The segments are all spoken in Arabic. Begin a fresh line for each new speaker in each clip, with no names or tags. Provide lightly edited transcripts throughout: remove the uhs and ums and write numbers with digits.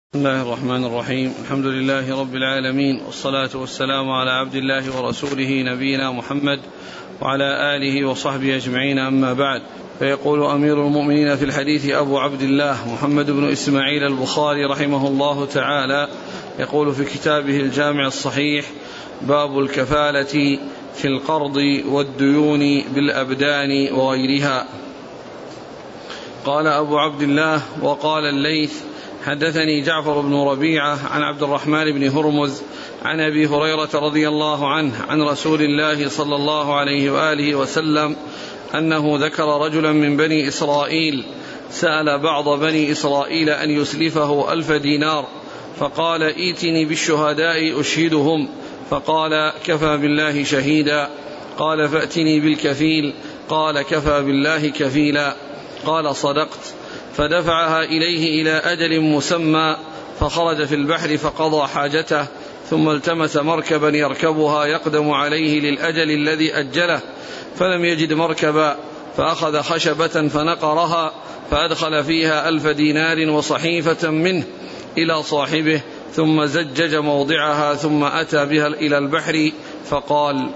بسم الله الرحمن الرحيم. الحمد لله رب العالمين، والصلاة والسلام على عبد الله ورسوله نبينا محمد وعلى آله وصحبه أجمعين، أما بعد. فيقول أمير المؤمنين في الحديث أبو عبد الله محمد بن إسماعيل البخاري رحمه الله تعالى، يقول في كتابه الجامع الصحيح: باب الكفالة في القرض والديون بالأبدان وغيرها. قال أبو عبد الله: وقال الليث: حدثني جعفر بن ربيعة عن عبد الرحمن بن هرمز عن أبي هريرة رضي الله عنه عن رسول الله صلى الله عليه وآله وسلم أنه ذكر رجلا من بني إسرائيل سأل بعض بني إسرائيل أن يسلفه 1000 دينار، فقال: ائتني بالشهداء أشهدهم، فقال: كفى بالله شهيدا. قال: فأتني بالكفيل، قال: كفى بالله كفيلا. قال: صدقت. فدفعها إليه إلى أجل مسمى، فخرج في البحر فقضى حاجته، ثم التمس مركبا يركبها يقدم عليه للأجل الذي أجله، فلم يجد مركبا، فأخذ خشبة فنقرها فأدخل فيها 1000 دينار وصحيفة منه إلى صاحبه، ثم زجج موضعها، ثم أتى بها إلى البحر فقال: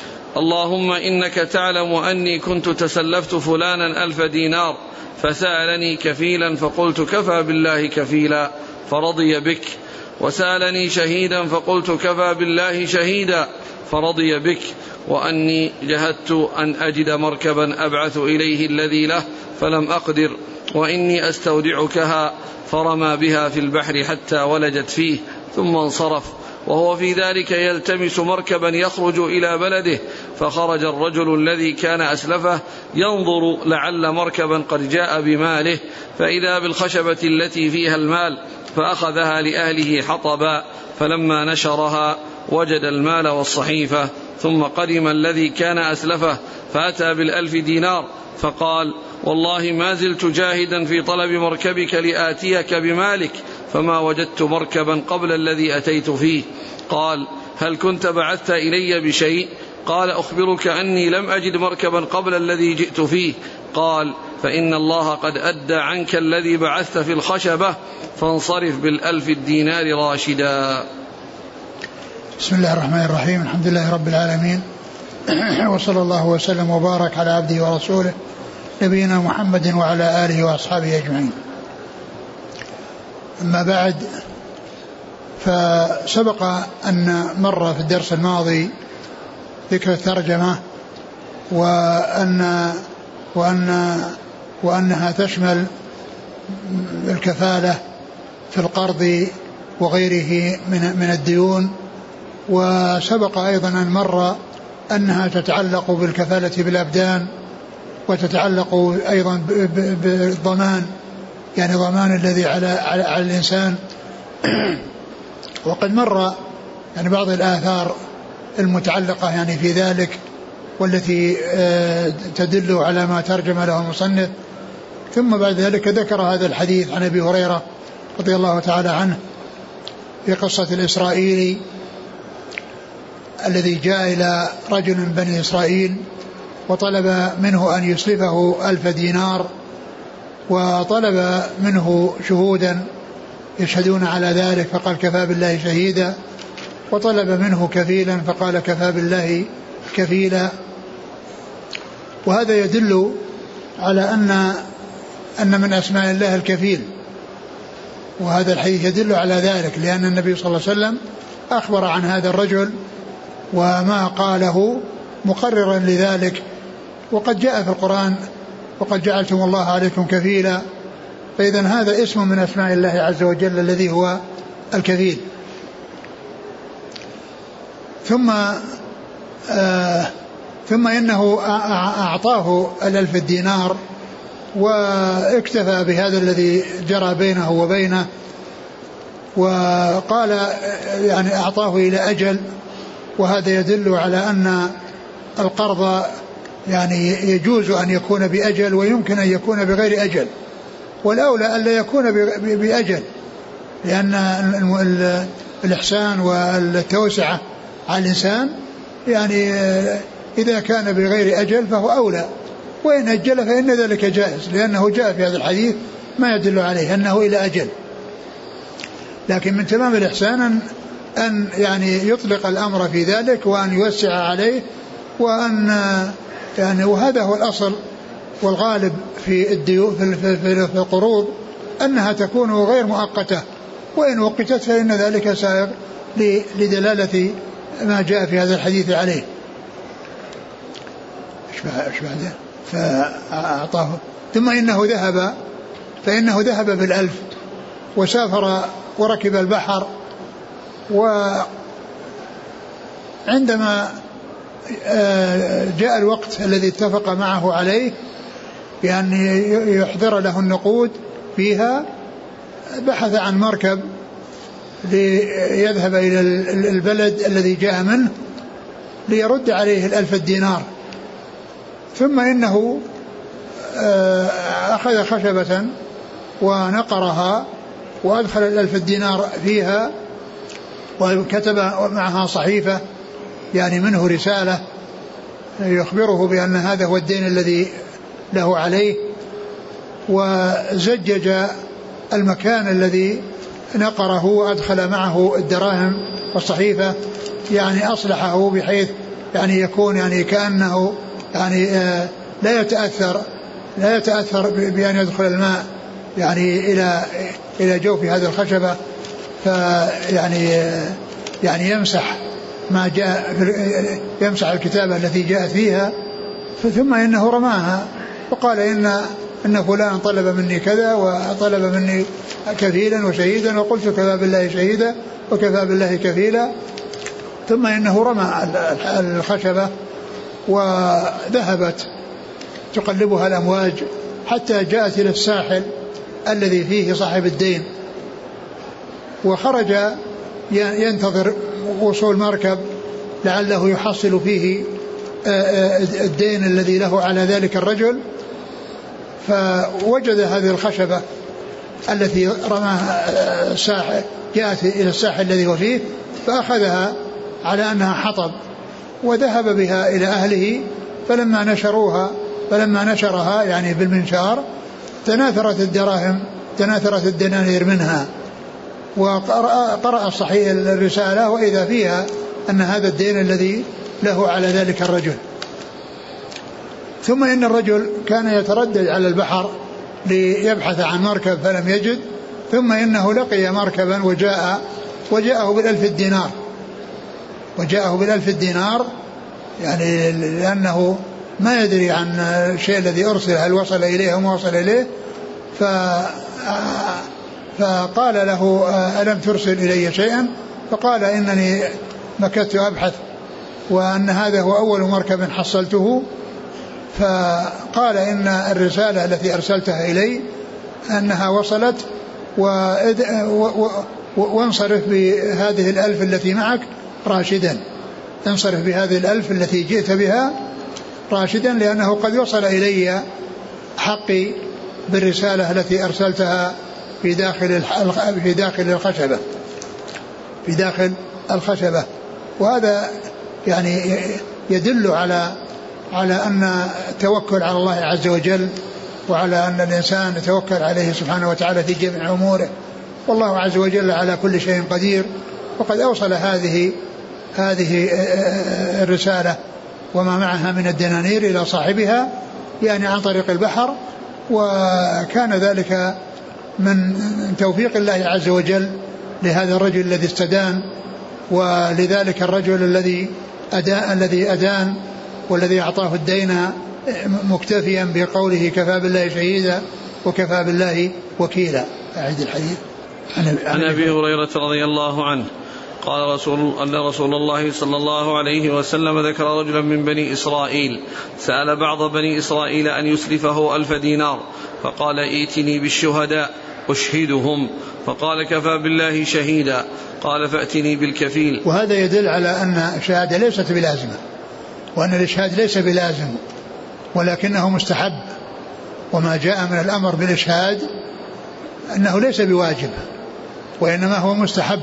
اللهم إنك تعلم أني كنت تسلفت فلانا 1000 دينار، فسألني كفيلا فقلت: كفى بالله كفيلا، فرضي بك. وسألني شهيدا فقلت: كفى بالله شهيدا، فرضي بك. وأني جهدت أن أجد مركبا أبعث إليه الذي له فلم أقدر، وإني أستودعكها. فرمى بها في البحر حتى ولجت فيه، ثم انصرف، وهو في ذلك يلتمس مركبا يخرج إلى بلده. فخرج الرجل الذي كان أسلفه ينظر لعل مركبا قد جاء بماله، فإذا بالخشبة التي فيها المال، فأخذها لأهله حطبا، فلما نشرها وجد المال والصحيفة. ثم قدم الذي كان أسلفه فأتى بال1000 دينار، فقال: والله ما زلت جاهدا في طلب مركبك لآتيك بمالك، فما وجدت مركبا قبل الذي أتيت فيه. قال: هل كنت بعثت إلي بشيء؟ قال: أخبرك أني لم أجد مركبا قبل الذي جئت فيه. قال: فإن الله قد أدى عنك الذي بعثت في الخشبة، فانصرف بال1000 دينار راشدا.
بسم الله الرحمن الرحيم. الحمد لله رب العالمين، وصلى الله وسلم وبارك على عبده ورسوله نبينا محمد وعلى آله وأصحابه أجمعين. أما بعد، فسبق أن مر في الدرس الماضي ذكر الترجمة، وأنها تشمل الكفالة في القرض وغيره من الديون. وسبق أيضا أن مر أنها تتعلق بالكفالة بالأبدان، وتتعلق أيضا بالضمان، يعني ضمان الذي على الإنسان. وقد مر يعني بعض الآثار المتعلقة يعني في ذلك، والتي تدل على ما ترجم له المصنف. ثم بعد ذلك ذكر هذا الحديث عن أبي هريرة رضي الله تعالى عنه في قصة الإسرائيلي الذي جاء إلى رجل من بني إسرائيل وطلب منه أن يسلفه 1000 دينار، وطلب منه شهودا يشهدون على ذلك، فقال: كفى بالله شهيدا. وطلب منه كفيلا، فقال: كفى بالله كفيلا. وهذا يدل على أن من أسماء الله الكفيل، وهذا الحديث يدل على ذلك، لأن النبي صلى الله عليه وسلم أخبر عن هذا الرجل وما قاله مقررا لذلك. وقد جاء في القرآن: وقد جعلتم الله عليكم كفيلا. فإذا هذا اسم من أسماء الله عز وجل الذي هو الكفيل. ثم إنه أعطاه 1000 دينار، واكتفى بهذا الذي جرى بينه وبينه، وقال يعني أعطاه إلى أجل. وهذا يدل على أن القرض يعني يجوز أن يكون بأجل، ويمكن أن يكون بغير أجل، والأولى ألا يكون بأجل، لأن الإحسان والتوسعة على الإنسان يعني إذا كان بغير أجل فهو أولى، وإن أجل فإن ذلك جائز، لأنه جاء في هذا الحديث ما يدل عليه أنه إلى أجل. لكن من تمام الإحسان أن يعني يطلق الأمر في ذلك وأن يوسع عليه، وأن يعني وهذا هو الأصل والغالب في القروض أنها تكون غير مؤقتة، وإن وقتت فإن ذلك سائغ لدلالة ما جاء في هذا الحديث عليه. إيش بعده؟ فأعطاه ثم فإنه ذهب بالألف وسافر وركب البحر، وعندما جاء الوقت الذي اتفق معه عليه بأن يحضر له النقود فيها، بحث عن مركب ليذهب إلى البلد الذي جاء منه ليرد عليه 1000 دينار. ثم إنه أخذ خشبة ونقرها وأدخل 1000 دينار فيها، وكتب معها صحيفة يعني منه رسالة يخبره بأن هذا هو الدين الذي له عليه، وزجج المكان الذي نقره وأدخل معه الدراهم والصحيفة، يعني أصلحه بحيث يعني يكون يعني كأنه يعني لا يتأثر بأن يدخل الماء يعني إلى جوف هذه الخشبة، يعني يمسح ما جاء، يمسح الكتابة التي جاءت فيها. ثم إنه رماها وقال إن فلان طلب مني كذا وطلب مني كفيلا وشهيدا، وقلت كفى بالله شهيدا وكفى بالله كفيلا. ثم إنه رمى الخشبة وذهبت تقلبها الأمواج حتى جاءت إلى الساحل الذي فيه صاحب الدين، وخرج ينتظر وصول مركب لعله يحصل فيه الدين الذي له على ذلك الرجل. فوجد هذه الخشبة التي رماها الساحل، جاءت إلى الساحل الذي هو فيه، فأخذها على أنها حطب وذهب بها إلى أهله. فلما نشرها يعني بالمنشار تناثرت الدراهم، تناثرت الدنانير منها، وقرأ الصحيح الرسالة وإذا فيها أن هذا الدين الذي له على ذلك الرجل. ثم إن الرجل كان يتردد على البحر ليبحث عن مركب فلم يجد، ثم إنه لقي مركبا وجاءه ب1000 دينار، يعني لأنه ما يدري عن الشيء الذي أرسل هل وصل إليه أو ما وصل إليه. فقال له ألم ترسل إلي شيئا؟ فقال إنني مكثت أبحث وأن هذا هو أول مركب حصلته. فقال إن الرسالة التي أرسلتها إلي أنها وصلت، وانصرف بهذه 1000 التي معك راشدا، انصرف بهذه 1000 التي جئت بها راشدا، لأنه قد وصل إلي حقي بالرسالة التي أرسلتها في داخل الخشبة. وهذا يعني يدل على أن التوكل على الله عز وجل، وعلى أن الإنسان يتوكل عليه سبحانه وتعالى في جميع أموره، والله عز وجل على كل شيء قدير. وقد أوصل هذه الرسالة وما معها من الدنانير إلى صاحبها يعني عن طريق البحر، وكان ذلك من توفيق الله عز وجل لهذا الرجل الذي استدان، ولذلك الرجل الذي أدان والذي أعطاه الدين مكتفيا بقوله كفى بالله شهيدا وكفى بالله وكيلا. أعيد الحديث.
عن أبي هريرة رضي الله عنه قال أن رسول الله صلى الله عليه وسلم ذكر رجلا من بني إسرائيل سأل بعض بني إسرائيل أن يسلفه 1000 دينار، فقال ائتني بالشهداء أشهدهم، فقال كفى بالله شهيدا، قال فأتني بالكفيل.
وهذا يدل على أن الشهادة ليست بلازمة، وأن الإشهاد ليس بلازم ولكنه مستحب، وما جاء من الأمر بالإشهاد أنه ليس بواجب وإنما هو مستحب،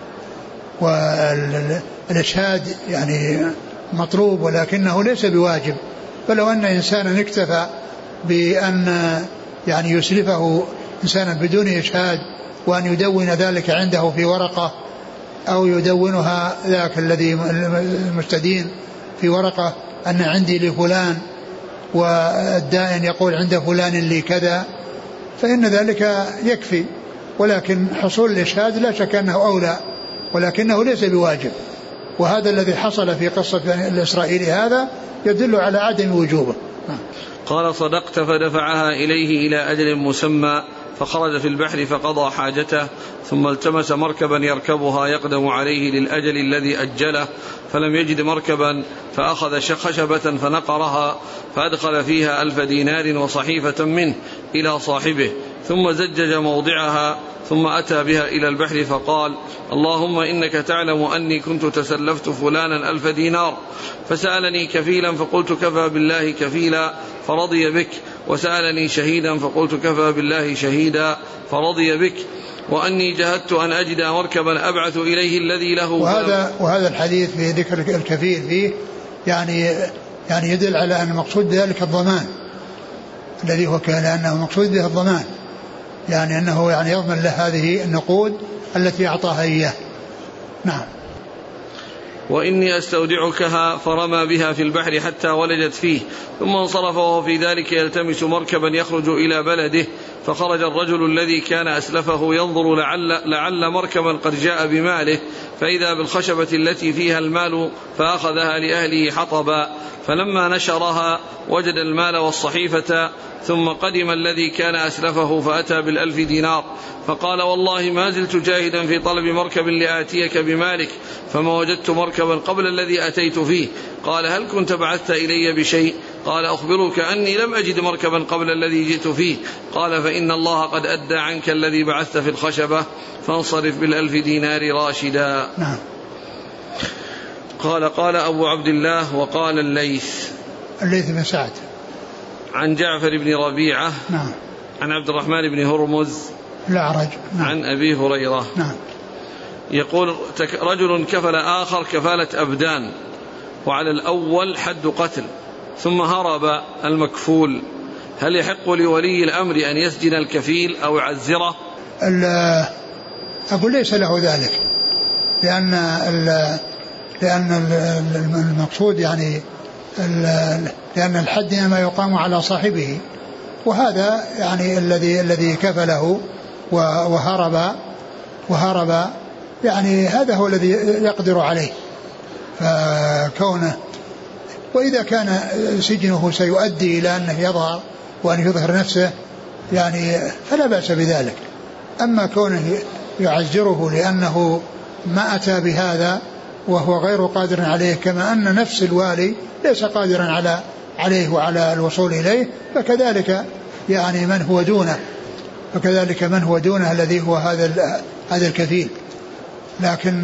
والإشهاد يعني مطلوب ولكنه ليس بواجب. فلو أن إنسانا اكتفى بأن يعني يسلفه إنسانا بدون إشهاد وأن يدون ذلك عنده في ورقة أو يدونها ذاك الذي المستدين في ورقة أن عندي لفلان والدائن يقول عند فلان لي كذا، فإن ذلك يكفي. ولكن حصول الإشهاد لا شك أنه أولى، ولكنه ليس بواجب. وهذا الذي حصل في قصة الإسرائيلي هذا يدل على عدم وجوبه.
قال صدقت فدفعها إليه إلى أجل مسمى، فخرج في البحر فقضى حاجته، ثم التمس مركبا يركبها يقدم عليه للأجل الذي أجله، فلم يجد مركبا فأخذ خشبة فنقرها فأدخل فيها 1000 دينار وصحيفة منه إلى صاحبه، ثم زجج موضعها، ثم أتى بها إلى البحر فقال: اللهم إنك تعلم أني كنت تسلفت فلانا 1000 دينار، فسألني كفيلا فقلت كفى بالله كفيلا فرضي بك، وسألني شهيدا فقلت كفى بالله شهيدا فرضي بك، وأني جهدت أن أجد مركبا أبعث إليه الذي له.
وهذا الحديث في ذكر الكفيل فيه يعني يدل على أن المقصود ذلك الضمان الذي هو كان، لأنه مقصود به الضمان، يعني أنه يعني يضمن له هذه النقود التي أعطاها إياه. نعم.
وإني أستودعكها، فرمى بها في البحر حتى ولجت فيه، ثم انصرف وهو في ذلك يلتمس مركبا يخرج إلى بلده، فخرج الرجل الذي كان أسلفه ينظر لعل مركبا قد جاء بماله، فإذا بالخشبة التي فيها المال فأخذها لأهله حطبا، فلما نشرها وجد المال والصحيفة، ثم قدم الذي كان أسلفه فأتى بال1000 دينار، فقال: والله ما زلت جاهدا في طلب مركب لآتيك بمالك، فما وجدت مركبا قبل الذي أتيت فيه. قال: هل كنت بعثت إلي بشيء؟ قال: أخبرك أني لم أجد مركبا قبل الذي جئت فيه. قال: فإن الله قد أدى عنك الذي بعثت في الخشبة، فانصرف بال1000 دينار راشدا.
نعم.
قال أبو عبد الله: وقال الليث
بن سعد
عن جعفر بن ربيعة،
نعم،
عن عبد الرحمن بن هرمز
الأعرج، نعم،
عن أبي هريرة،
نعم،
يقول: رجل كفل آخر كفالة أبدان، وعلى الأول حد قتل، ثم هرب المكفول، هل يحق لولي الأمر أن يسجن الكفيل أو يعزره؟
أقول ليس له ذلك، لأن المقصود يعني لأن الحد إنما يقام على صاحبه، وهذا يعني الذي كفله وهرب يعني هذا هو الذي يقدر عليه، فكونه وإذا كان سجنه سيؤدي إلى أنه يظهر وأن يظهر نفسه يعني فلا بأس بذلك. أما كونه يعزره لأنه ما أتى بهذا وهو غير قادر عليه، كما أن نفس الوالي ليس قادرا عليه وعلى الوصول إليه، فكذلك يعني من هو دونه الذي هو هذا الكفيل. لكن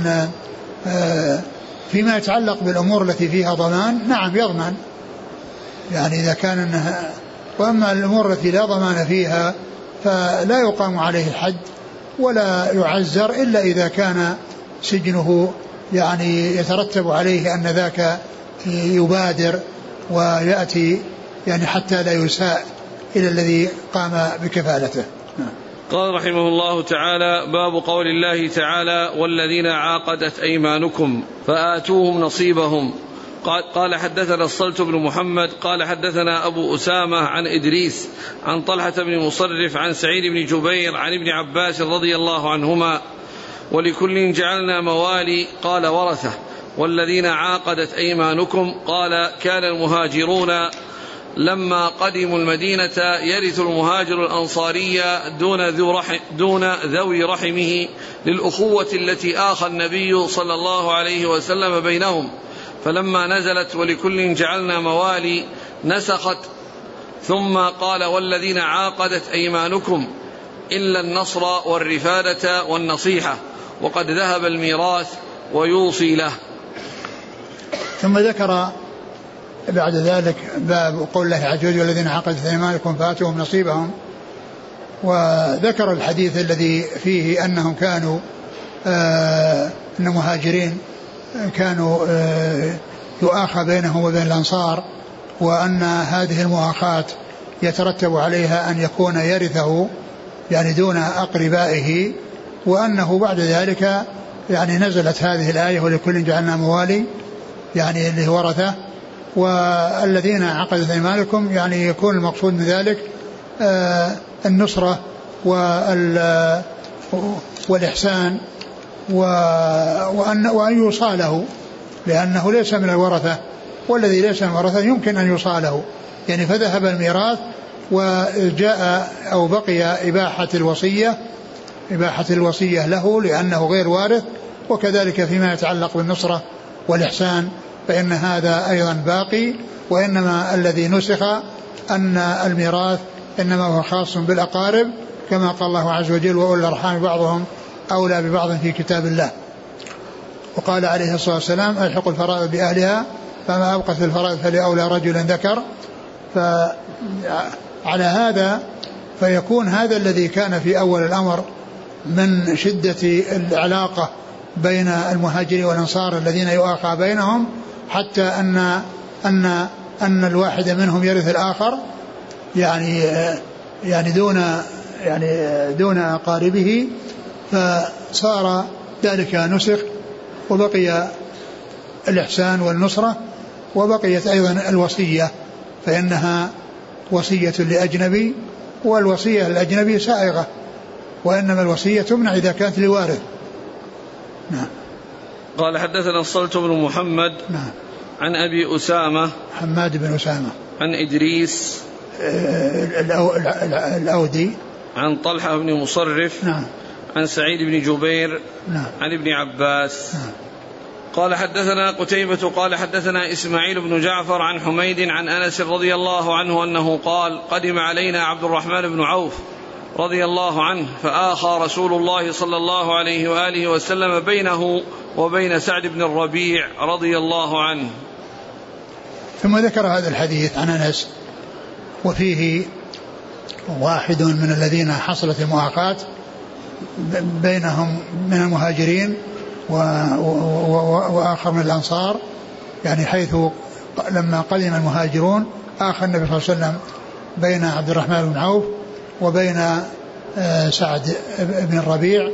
فيما يتعلق بالأمور التي فيها ضمان، نعم يضمن، يعني إذا كان أنها، وأما الأمور التي لا ضمان فيها فلا يقام عليه الحد ولا يعزر إلا إذا كان سجنه يعني يترتب عليه أن ذاك يبادر ويأتي يعني حتى لا يساء إلى الذي قام بكفالته.
قال رحمه الله تعالى: باب قول الله تعالى: والذين عاقدت أيمانكم فآتوهم نصيبهم. قال حدثنا الصلت بن محمد قال حدثنا أبو أسامة عن إدريس عن طلحة بن مصرف عن سعيد بن جبير عن ابن عباس رضي الله عنهما: ولكل جعلنا موالي. قال: ورثة. والذين عاقدت أيمانكم. قال: كان المهاجرون لما قدموا المدينة يرث المهاجر الأنصارية دون ذوي رحمه للأخوة التي آخى النبي صلى الله عليه وسلم بينهم، فلما نزلت ولكل جعلنا موالي نسخت، ثم قال: والذين عاقدت أيمانكم إلا النصر والرفادة والنصيحة، وقد ذهب الميراث ويوصي له.
ثم ذكر بعد ذلك باب قول الله عز وجل: والذين عاقدت أيمانكم فآتوهم نصيبهم، وذكر الحديث الذي فيه أنهم كانوا أن المهاجرين كانوا يؤاخى بينهم وبين الأنصار، وأن هذه المؤاخاة يترتب عليها أن يكون يرثه يعني دون أقربائه، وأنه بعد ذلك يعني نزلت هذه الآية ولكل جعلنا موالي يعني اللي ورثه، والذين عقدت أيمانكم يعني يكون المقصود من ذلك النصرة والإحسان وأن يوصاله، لأنه ليس من الورثة، والذي ليس من الورثة يمكن أن يوصاله يعني. فذهب الميراث وجاء أو بقي إباحة الوصية له لأنه غير وارث، وكذلك فيما يتعلق بالنصرة والإحسان فإن هذا أيضا باقي. وإنما الذي نسخ أن الميراث إنما هو خاص بالأقارب، كما قال الله عز وجل وأولي الأرحام بعضهم أولى ببعض في كتاب الله. وقال عليه الصلاة والسلام الحق الفرائض بأهلها فما أبقت الفرائض فلأولى رجل ذكر. فعلى هذا فيكون هذا الذي كان في أول الأمر من شدة العلاقة بين المهاجرين والأنصار الذين يؤاخى بينهم حتى أن الواحد منهم يرث الآخر يعني دون أقاربه، فصار ذلك نسخ وبقي الإحسان والنصرة، وبقيت أيضا الوصية فإنها وصية لأجنبي، والوصية للأجنبي سائغة، وإنما الوصية تمنع إذا كانت لوارث. نعم.
قال حدثنا الصلت بن محمد.
نعم.
عن أبي أسامة
حماد بن أسامة.
عن إدريس
الأودي.
عن طلحة بن مصرف.
نعم.
عن سعيد بن جبير.
نعم.
عن ابن عباس.
نعم.
قال حدثنا قتيبة قال حدثنا إسماعيل بن جعفر عن حميد عن أنس رضي الله عنه أنه قال قدم علينا عبد الرحمن بن عوف رضي الله عنه فآخى رسول الله صلى الله عليه وآله وسلم بينه وبين سعد بن الربيع رضي الله عنه.
ثم ذكر هذا الحديث عن أنس وفيه واحد من الذين حصلت المؤاخاة بينهم من المهاجرين وآخر من الأنصار، يعني حيث لما قدم المهاجرون آخى النبي صلى الله عليه وسلم بين عبد الرحمن بن عوف وبين سعد بن الربيع.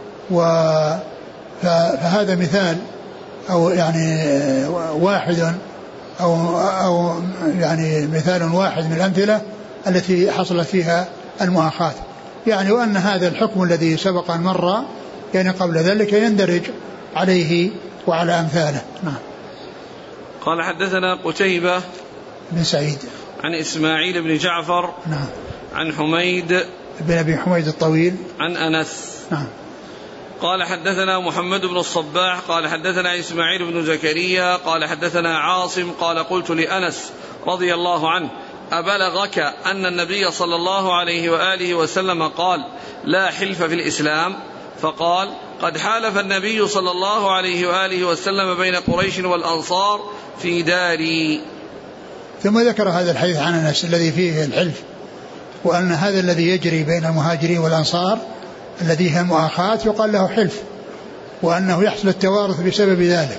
فهذا مثال أو يعني واحد أو يعني مثال واحد من الأمثلة التي حصلت فيها المؤاخاة، يعني وأن هذا الحكم الذي سبق أن مر يعني قبل ذلك يندرج عليه وعلى أمثاله. نعم.
قال حدثنا قتيبة
بن سعيد
عن إسماعيل بن جعفر.
نعم.
عن حميد
بن أبي حميد الطويل
عن أنس.
نعم.
قال حدثنا محمد بن الصباح قال حدثنا إسماعيل بن زكريا قال حدثنا عاصم قال قلت لأنس رضي الله عنه أبلغك أن النبي صلى الله عليه وآله وسلم قال لا حلف في الإسلام؟ فقال قد حالف النبي صلى الله عليه وآله وسلم بين قريش والأنصار في داري.
ثم ذكر هذا الحديث عن أنس الذي فيه الحلف، وأن هذا الذي يجري بين المهاجرين والأنصار الذي هي المؤاخاة يقال له حلف، وأنه يحصل التوارث بسبب ذلك،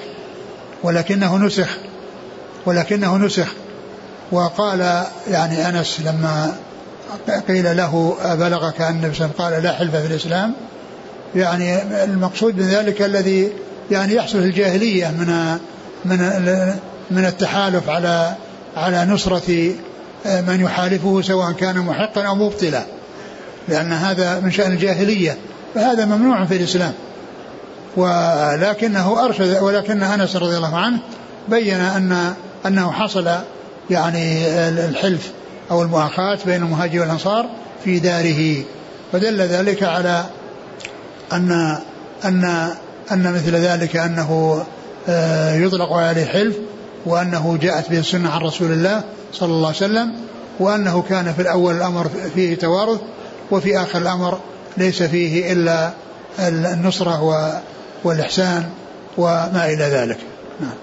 ولكنه نسخ. وقال يعني أنس لما قيل له أبلغك أن النبي صلى الله عليه وسلم قال لا حلف في الإسلام، يعني المقصود من ذلك الذي يعني يحصل في الجاهلية من التحالف على نصرة من يحالفه سواء كان محقا أو مبطلا، لأن هذا من شأن الجاهلية، فهذا ممنوع في الإسلام. ولكنه أرشد، ولكن أنس رضي الله عنه بين أنه حصل يعني الحلف أو المؤاخاة بين المهاجر والأنصار في داره، فدل ذلك على أن مثل ذلك أنه يطلق عليه حلف، وأنه جاءت به السنة عن رسول الله صلى الله عليه وسلم، وأنه كان في الأول الأمر فيه توارث، وفي آخر الأمر ليس فيه إلا النصرة والإحسان وما إلى ذلك. نعم.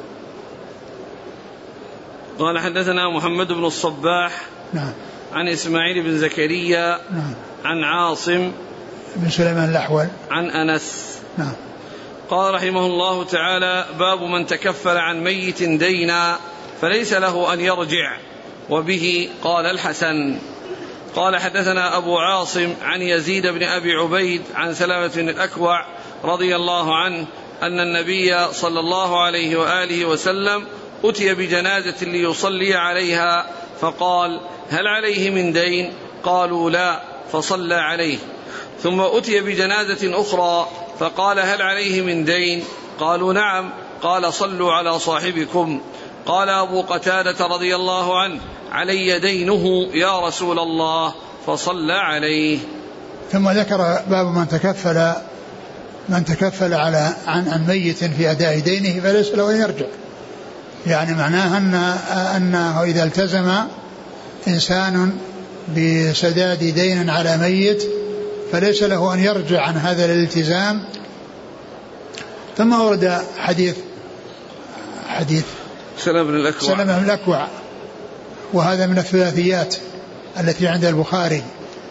قال حدثنا محمد بن الصباح.
نعم.
عن إسماعيل بن زكريا.
نعم.
عن عاصم
بن سليمان الأحول.
عن أنس.
نعم.
قال رحمه الله تعالى باب من تكفل عن ميت دينا فليس له أن يرجع، وبه قال الحسن. قال حدثنا أبو عاصم عن يزيد بن أبي عبيد عن سلامة بن الأكوع رضي الله عنه أن النبي صلى الله عليه وآله وسلم أتي بجنازة ليصلي عليها فقال: هل عليه من دين؟ قالوا: لا، فصلى عليه. ثم أتي بجنازة أخرى فقال: هل عليه من دين؟ قالوا: نعم. قال: صلوا على صاحبكم. قال أبو قتادة رضي الله عنه: علي دينه يا رسول الله، فصلى عليه.
ثم ذكر باب من تكفل عن ميت في أداء دينه فليس له أن يرجع. يعني معناه أنه إذا التزم إنسان بسداد دين على ميت فليس له أن يرجع عن هذا الالتزام. ثم ورد حديث
سلمة بن
الأكوع، وهذا من الثلاثيات التي عند البخاري،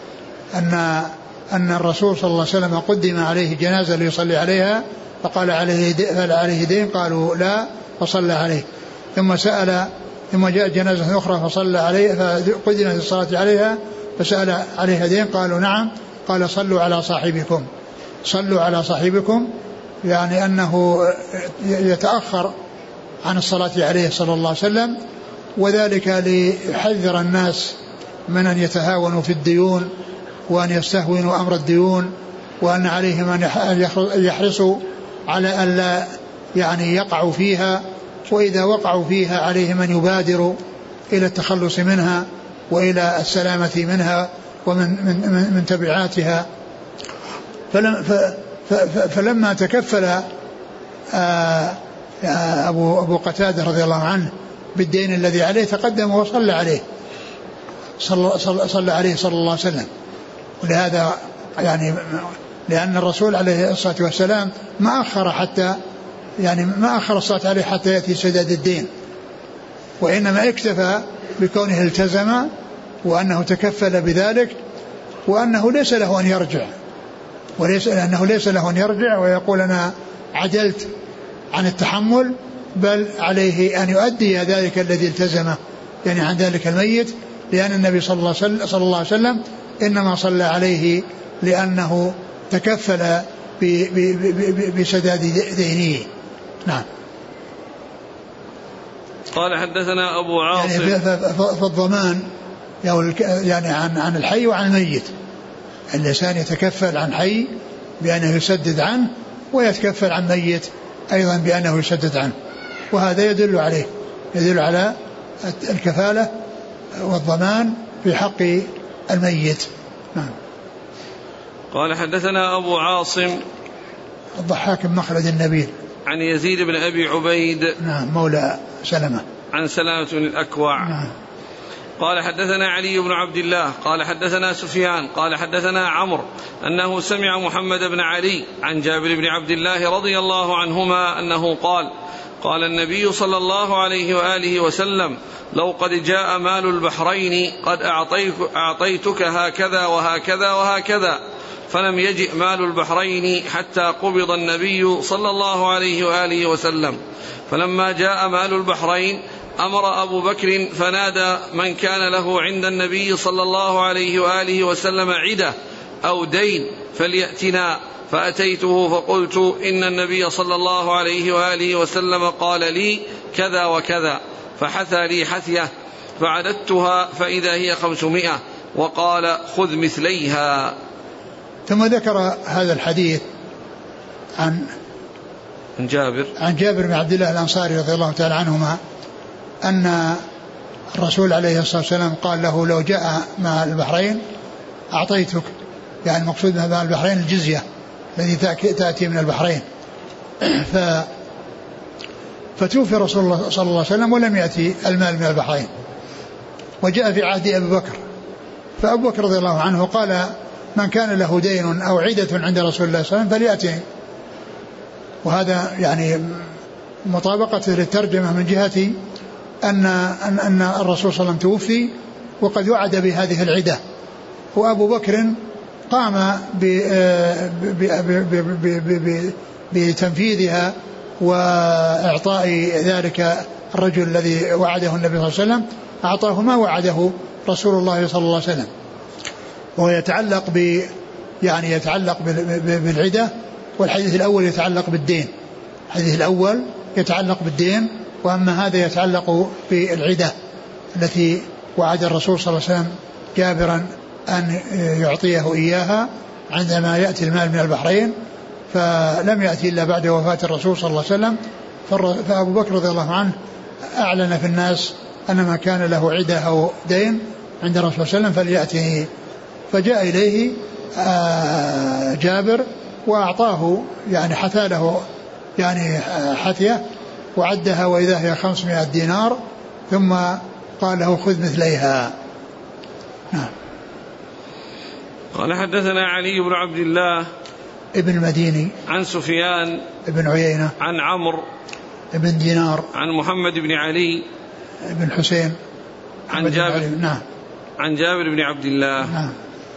أن الرسول صلى الله عليه وسلم قدم عليه جنازة ليصلي عليها فقال: عليه دين؟ قالوا: لا، فصلى عليه. ثم جاء جنازة أخرى فصلى عليه، فقدمت الصلاة عليها فسأل: عليها دين؟ قالوا: نعم. قال: صلوا على صاحبكم، يعني أنه يتأخر عن الصلاة عليه صلى الله عليه وسلم، وذلك ليحذر الناس من أن يتهاونوا في الديون وأن يستهونوا أمر الديون، وأن عليهم أن يحرصوا على أن لا يعني يقعوا فيها، وإذا وقعوا فيها عليهم أن يبادروا إلى التخلص منها وإلى السلامة منها ومن تبعاتها. فلما تكفل أبو قتادة رضي الله عنه بالدين الذي عليه تقدم وصلى عليه صلى عليه صلى الله عليه وسلم. ولهذا يعني لأن الرسول عليه الصلاة والسلام ما أخر الصلاة عليه حتى يأتي سداد الدين، وإنما اكتفى بكونه التزم وأنه تكفل بذلك، وأنه ليس له أن يرجع ويقول أنا عدلت عن التحمل، بل عليه أن يؤدي ذلك الذي التزمه يعني عن ذلك الميت، لأن النبي صلى الله عليه وسلم إنما صلى عليه لأنه تكفل بسداد دينه. نعم.
قال حدثنا أبو عاصم
يعني فالضمان يعني عن الحي وعن الميت، الإنسان يتكفل عن حي بأنه يسدد عنه، ويتكفل عن ميت أيضا بأنه يسدد عنه، وهذا يدل على الكفالة والضمان في حق الميت. نعم.
قال حدثنا أبو عاصم
الضحاك بن مخلد النبيل
عن يزيد بن أبي عبيد،
نعم، مولى سلمة،
عن سلامة بن الأكوع،
نعم.
قال حدثنا علي بن عبد الله قال حدثنا سفيان قال حدثنا عمرو أنه سمع محمد بن علي عن جابر بن عبد الله رضي الله عنهما أنه قال: قال النبي صلى الله عليه وآله وسلم: لو قد جاء مال البحرين قد أعطيتك هكذا وهكذا وهكذا، فلم يجئ مال البحرين حتى قبض النبي صلى الله عليه وآله وسلم. فلما جاء مال البحرين أمر أبو بكر فنادى من كان له عند النبي صلى الله عليه وآله وسلم عدة أو دين فليأتنا، فأتيته فقلت: إن النبي صلى الله عليه وآله وسلم قال لي كذا وكذا، فحثى لي حثية فعددتها فإذا هي 500، وقال: خذ مثليها.
ثم ذكر هذا الحديث عن جابر بن عبد الله الأنصاري رضي الله تعالى عنهما أن الرسول عليه الصلاة والسلام قال له: لو جاء مع البحرين أعطيتك، يعني المقصود مع البحرين الجزية الذي تأتي من البحرين. فتوفي رسول الله صلى الله عليه وسلم ولم يأتي المال من البحرين، وجاء في عهد أبي بكر، فأبو بكر رضي الله عنه قال: من كان له دين أو عدة عند رسول الله صلى الله عليه وسلم فليأتي. وهذا يعني مطابقة للترجمة من جهة أن الرسول صلى الله عليه وسلم توفي وقد وعد بهذه العدة، وأبو بكر قام بتنفيذها وإعطاء ذلك الرجل الذي وعده النبي صلى الله عليه وسلم، أعطاه ما وعده رسول الله صلى الله عليه وسلم. وهو يتعلق يعني يتعلق بالعدة، والحديث الأول يتعلق بالدين. الحديث الأول يتعلق بالدين، وأما هذا يتعلق بالعدة التي وعد الرسول صلى الله عليه وسلم جابرا أن يعطيه إياها عندما يأتي المال من البحرين، فلم يأتي إلا بعد وفاة الرسول صلى الله عليه وسلم. فأبو بكر رضي الله عنه أعلن في الناس أن من كان له عدة أو دين عند الرسول صلى الله عليه وسلم فليأته. فجاء إليه جابر وأعطاه يعني حثى له يعني حثية وعدها وإذا هي 500 دينار، ثم قال له خذ مثليها.
قال حدثنا علي بن عبد الله
ابن المديني عن
سفيان
ابن عيينة
عن عمرو
ابن دينار
عن محمد بن علي
ابن حسين
عن جابر بن عبد الله.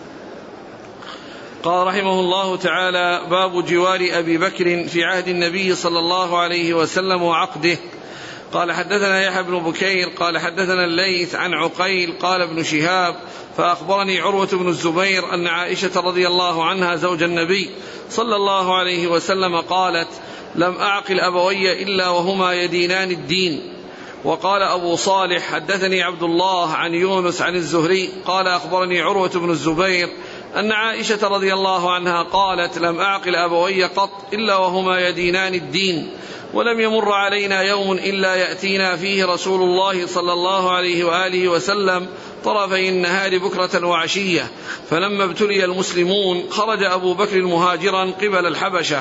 قال رحمه الله تعالى: باب جوار أبي بكر في عهد النبي صلى الله عليه وسلم وعقده. قال حدثنا يحيى بن بكير قال حدثنا الليث عن عقيل قال ابن شهاب فأخبرني عروة بن الزبير أن عائشة رضي الله عنها زوج النبي صلى الله عليه وسلم قالت: لم أعقل أبوي إلا وهما يدينان الدين. وقال أبو صالح حدثني عبد الله عن يونس عن الزهري قال أخبرني عروة بن الزبير أن عائشة رضي الله عنها قالت: لم أعقل أبوي قط إلا وهما يدينان الدين، ولم يمر علينا يوم إلا يأتينا فيه رسول الله صلى الله عليه وآله وسلم طرفي النهار بكرة وعشية. فلما ابتلي المسلمون خرج أبو بكر مهاجرا قبل الحبشة،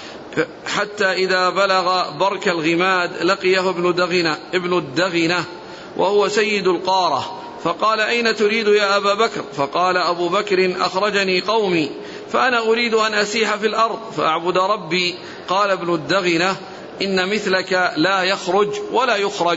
حتى إذا بلغ برك الغماد لقيه ابن الدغنة وهو سيد القارة، فقال: أين تريد يا أبا بكر؟ فقال أبو بكر: أخرجني قومي فأنا أريد أن أسيح في الأرض فأعبد ربي. قال ابن الدغنة: إن مثلك لا يخرج ولا يخرج،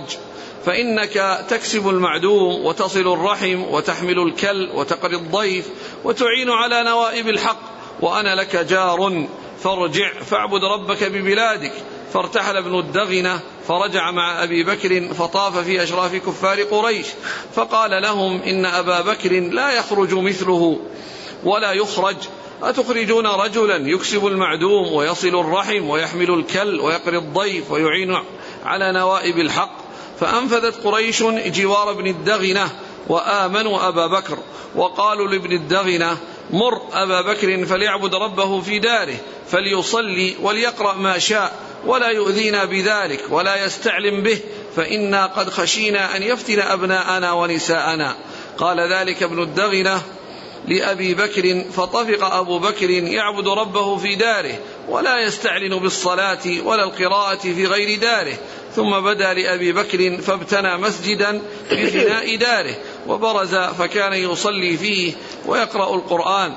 فإنك تكسب المعدوم وتصل الرحم وتحمل الكل وتقري الضيف وتعين على نوائب الحق، وأنا لك جار، فارجع فاعبد ربك ببلادك. فارتحل ابن الدغنة فرجع مع أبي بكر فطاف في أشراف كفار قريش، فقال لهم: إن أبا بكر لا يخرج مثله ولا يخرج، أتخرجون رجلا يكسب المعدوم ويصل الرحم ويحمل الكل ويقري الضيف ويعين على نوائب الحق؟ فأنفذت قريش جوار ابن الدغنة وآمنوا أبا بكر، وقالوا لابن الدغنة: مر أبا بكر فليعبد ربه في داره، فليصلي وليقرأ ما شاء ولا يؤذينا بذلك ولا يستعلم به، فإنا قد خشينا أن يفتن أبناءنا ونساءنا. قال ذلك ابن الدغنة لأبي بكر، فطفق أبو بكر يعبد ربه في داره ولا يستعلن بالصلاة ولا القراءة في غير داره. ثم بدا لأبي بكر فابتنى مسجدا بفناء داره وبرز، فكان يصلي فيه ويقرأ القرآن،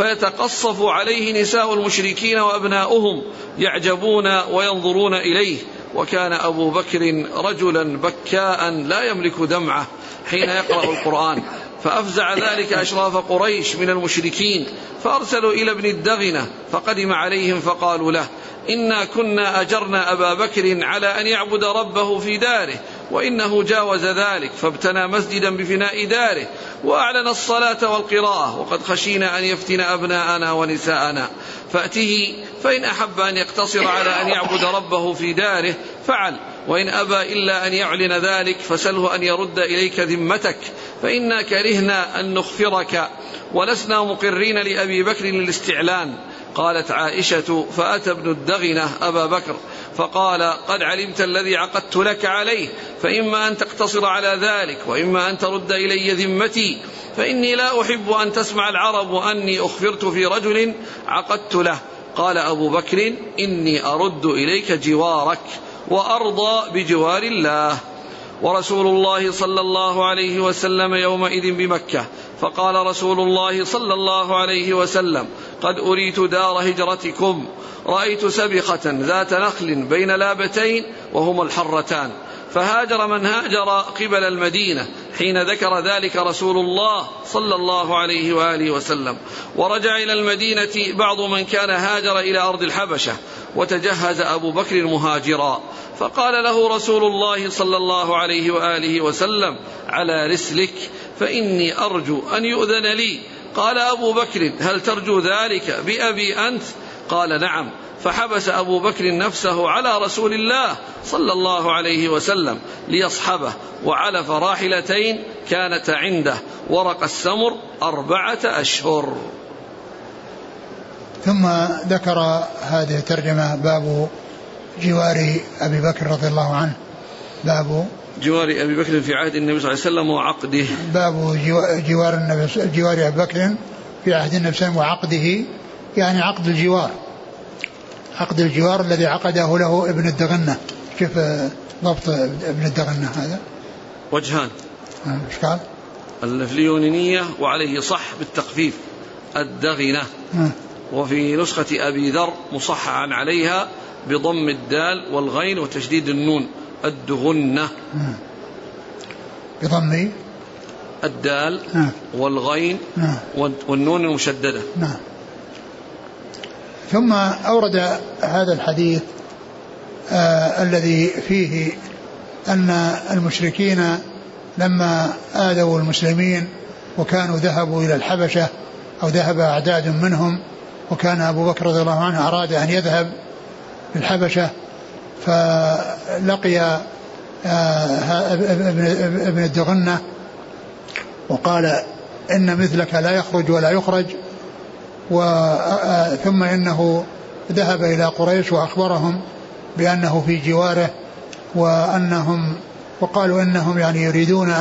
فيتقصف عليه نساء المشركين وأبناؤهم يعجبون وينظرون إليه. وكان أبو بكر رجلا بكاء لا يملك دمعه حين يقرأ القرآن، فأفزع ذلك أشراف قريش من المشركين، فأرسلوا إلى ابن الدغنة فقدم عليهم فقالوا له: إنا كنا أجرنا أبا بكر على أن يعبد ربه في داره، وإنه جاوز ذلك فابتنى مسجدا بفناء داره وأعلن الصلاة والقراءة، وقد خشينا أن يفتن أبناءنا ونساءنا، فأته فإن أحب أن يقتصر على أن يعبد ربه في داره فعل، وإن أبى إلا أن يعلن ذلك فسله أن يرد إليك ذمتك، فإنا كرهنا أن نخفرك ولسنا مقرين لأبي بكر للاستعلان. قالت عائشة: فأتى ابن الدغنة أبا بكر فقال: قد علمت الذي عقدت لك عليه، فإما أن تقتصر على ذلك وإما أن ترد إلي ذمتي، فإني لا أحب أن تسمع العرب أني أخفرت في رجل عقدت له. قال أبو بكر: إني أرد إليك جوارك وأرضى بجوار الله. ورسول الله صلى الله عليه وسلم يومئذ بمكة، فقال رسول الله صلى الله عليه وسلم: قد أريت دار هجرتكم، رأيت سبخة ذات نخل بين لابتين وهما الحرتان، فهاجر من هاجر قبل المدينة حين ذكر ذلك رسول الله صلى الله عليه وآله وسلم، ورجع إلى المدينة بعض من كان هاجر إلى أرض الحبشة، وتجهز أبو بكر مهاجرا، فقال له رسول الله صلى الله عليه وآله وسلم: على رسلك، فإني أرجو أن يؤذن لي قال أبو بكر: هل ترجو ذلك بأبي أنت؟ قال: نعم. فحبس أبو بكر نفسه على رسول الله صلى الله عليه وسلم ليصحبه، وعلف راحلتين كانت عنده، ورق السمر 4 أشهر.
ثم ذكر هذه الترجمة: باب جوار أبي بكر رضي الله عنه. باب
جوار أبي بكر في عهد النبي صلى الله عليه وسلم وعقده.
باب جوار أبي بكر في عهد النبي صلى الله عليه وسلم وعقده، يعني عقد الجوار، عقد الجوار الذي عقده له ابن الدغنة. كيف ضبط ابن الدغنة هذا؟
وجهان.
ايش قال؟
الفليونينية وعليه صح بالتخفيف الدغنة، وفي نسخة أبي ذر مصححا عليها بضم الدال والغين وتشديد النون الدغنة،
بضم
الدال والغين والنون المشددة.
ثم أورد هذا الحديث الذي فيه أن المشركين لما آذوا المسلمين وكانوا ذهبوا إلى الحبشة أو ذهب أعداد منهم، وكان أبو بكر رضي الله عنه أراد أن يذهب للحبشة، فلقي ابن الدغنة وقال: إن مثلك لا يخرج ولا يخرج. ثم إنه ذهب إلى قريش وأخبرهم بأنه في جواره، وقالوا إنهم يعني يريدون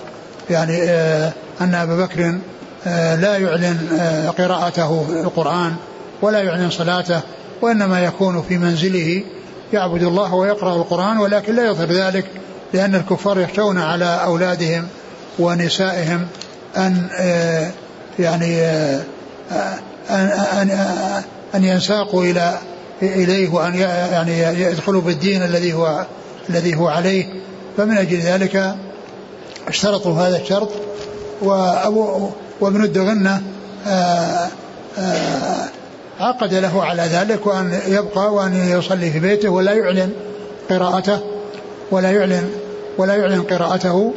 أن أبا بكر لا يعلن قراءته القرآن ولا يعلن صلاته، وإنما يكون في منزله يعبد الله ويقرأ القرآن، ولكن لا يظهر ذلك، لأن الكفار يخشون على أولادهم ونسائهم أن ينساقوا إليه، وأن يعني يدخلوا بالدين الذي هو عليه. فمن أجل ذلك اشترطوا هذا الشرط، وابن الدغنة عقد له على ذلك، وأن يبقى وأن يصلي في بيته ولا يعلن قراءته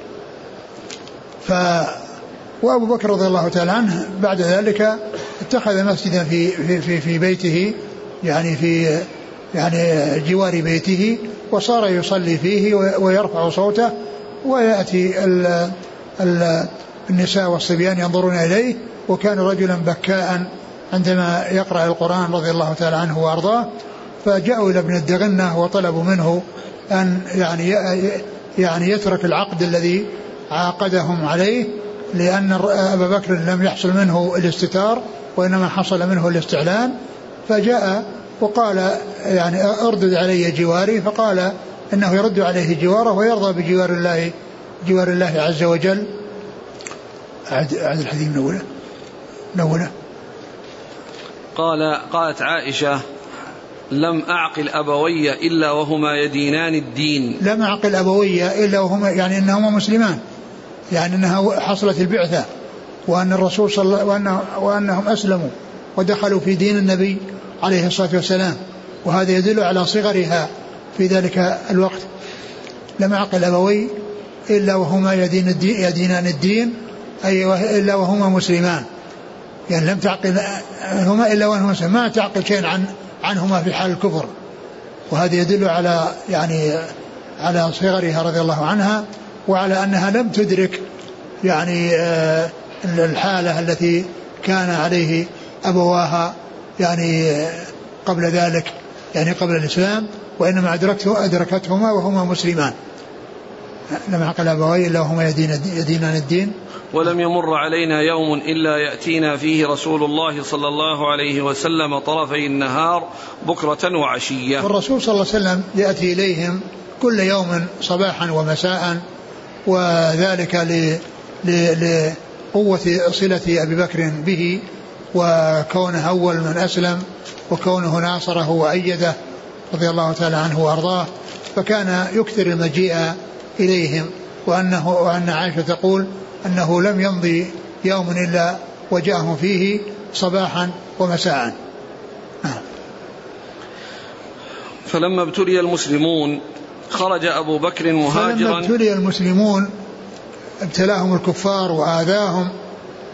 وأبو بكر رضي الله تعالى عنه بعد ذلك اتخذ مسجدا في بيته، يعني في جوار بيته، وصار يصلي فيه ويرفع صوته، ويأتي النساء والصبيان ينظرون إليه، وكان رجلا بكاء عندما يقرأ القرآن رضي الله تعالى عنه وأرضاه. فجاءوا إلى ابن الدغنة وطلبوا منه أن يعني يترك العقد الذي عاقدهم عليه، لأن أبا بكر لم يحصل منه الاستتار وإنما حصل منه الاستعلان. فجاء وقال: يعني أردد علي جواري، فقال إنه يرد عليه جواره ويرضى بجوار الله عز وجل. أعد الحديث نوله.
قالت عائشة: لم أعقل أبوي إلا وهما يدينان الدين.
لم أعقل أبوي إلا وهما، يعني أنهما مسلمان، يعني أنها حصلت البعثة، وأن الرسول صلى الله وأنهم أسلموا ودخلوا في دين النبي عليه الصلاة والسلام، وهذا يدل على صغرها في ذلك الوقت. لم أعقل أبوي إلا وهما يدينان الدين، أي إلا وهما مسلمان، يعني لم تعقل هما إلا وهما مسلمان، ما تعقل شيء عنهما في حال الكفر. وهذا يدل على على صغرها رضي الله عنها، وعلى أنها لم تدرك يعني الحالة التي كان عليه أبواها يعني قبل ذلك، يعني قبل الإسلام، وإنما أدركتهما وهما مسلمان. لم عقل أبوي إلا وهما يدينان الدين.
ولم يمر علينا يوم إلا يأتينا فيه رسول الله صلى الله عليه وسلم طرفي النهار بكرة وعشية.
والرسول صلى الله عليه وسلم يأتي إليهم كل يوم صباحا ومساء، وذلك لقوة صلة أبي بكر به، وكونه أول من أسلم، وكونه ناصره وأيده رضي الله تعالى عنه وأرضاه، فكان يكثر المجيء إليهم. وأن عائشة تقول أنه لم يمضي يوم إلا وجاءهم فيه صباحا ومساء.
فلما ابتلي المسلمون خرج أبو بكر مهاجرا.
فلما ابتلي المسلمون ابتلاهم الكفار وآذاهم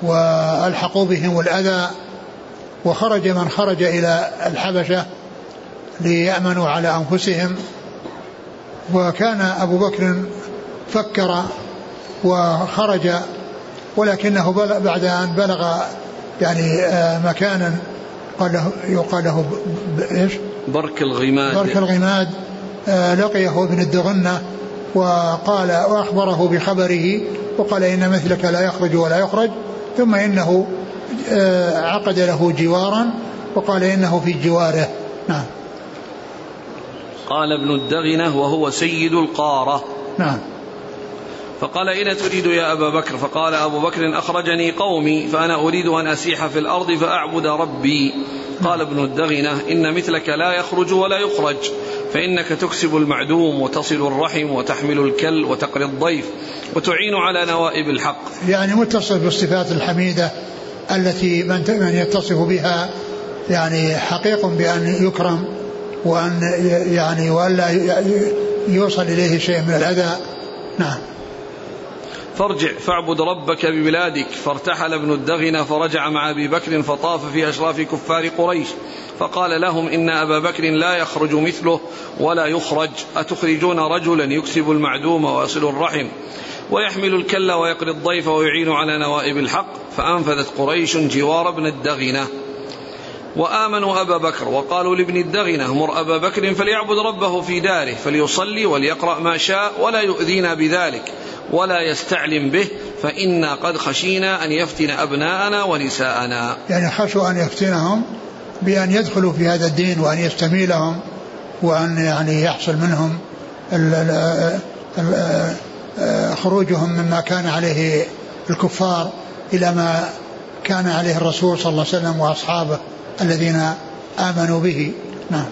وألحقوا بهم الأذى، وخرج من خرج إلى الحبشة ليأمنوا على أنفسهم. وكان أبو بكر فكر وخرج، ولكنه بعد أن بلغ يعني مكانا يقال له
برك الغماد
لقيه ابن الدغنة وقال وأخبره بخبره وقال إن مثلك لا يخرج ولا يخرج، ثم إنه عقد له جوارا وقال إنه في جواره. نعم.
قال ابن الدغنة وهو سيد القارة.
نعم.
فقال إن تريد يا أبا بكر؟ فقال أبو بكر أخرجني قومي فأنا أريد أن أسيح في الأرض فأعبد ربي. قال ابن الدغنة إن مثلك لا يخرج ولا يخرج، فإنك تكسب المعدوم وتصل الرحم وتحمل الكل وتقري الضيف وتعين على نوائب الحق.
يعني متصف بالصفات الحميدة التي من يتصف بها يعني حقيق بأن يكرم وأن يعني وألا يوصل إليه شيء من الأذى. نعم.
فارجع فاعبد ربك ببلادك. فارتحل ابن الدغنة فرجع مع أبي بكر فطاف في أشراف كفار قريش فقال لهم إن أبا بكر لا يخرج مثله ولا يخرج، أتخرجون رجلا يكسب المعدوم ويصل الرحم ويحمل الكل ويقري الضيف ويعين على نوائب الحق؟ فأنفذت قريش جوار ابن الدغنة وآمنوا أبا بكر وقالوا لابن الدغنة مر أبا بكر فليعبد ربه في داره فليصلي وليقرأ ما شاء ولا يؤذينا بذلك ولا يستعلم به، فإنا قد خشينا أن يفتن أبناءنا ونساءنا.
يعني خشوا أن يفتنهم بأن يدخلوا في هذا الدين وأن يستميلهم وأن يعني يحصل منهم خروجهم مما كان عليه الكفار إلى ما كان عليه الرسول صلى الله عليه وسلم وأصحابه الذين آمنوا به. نعم.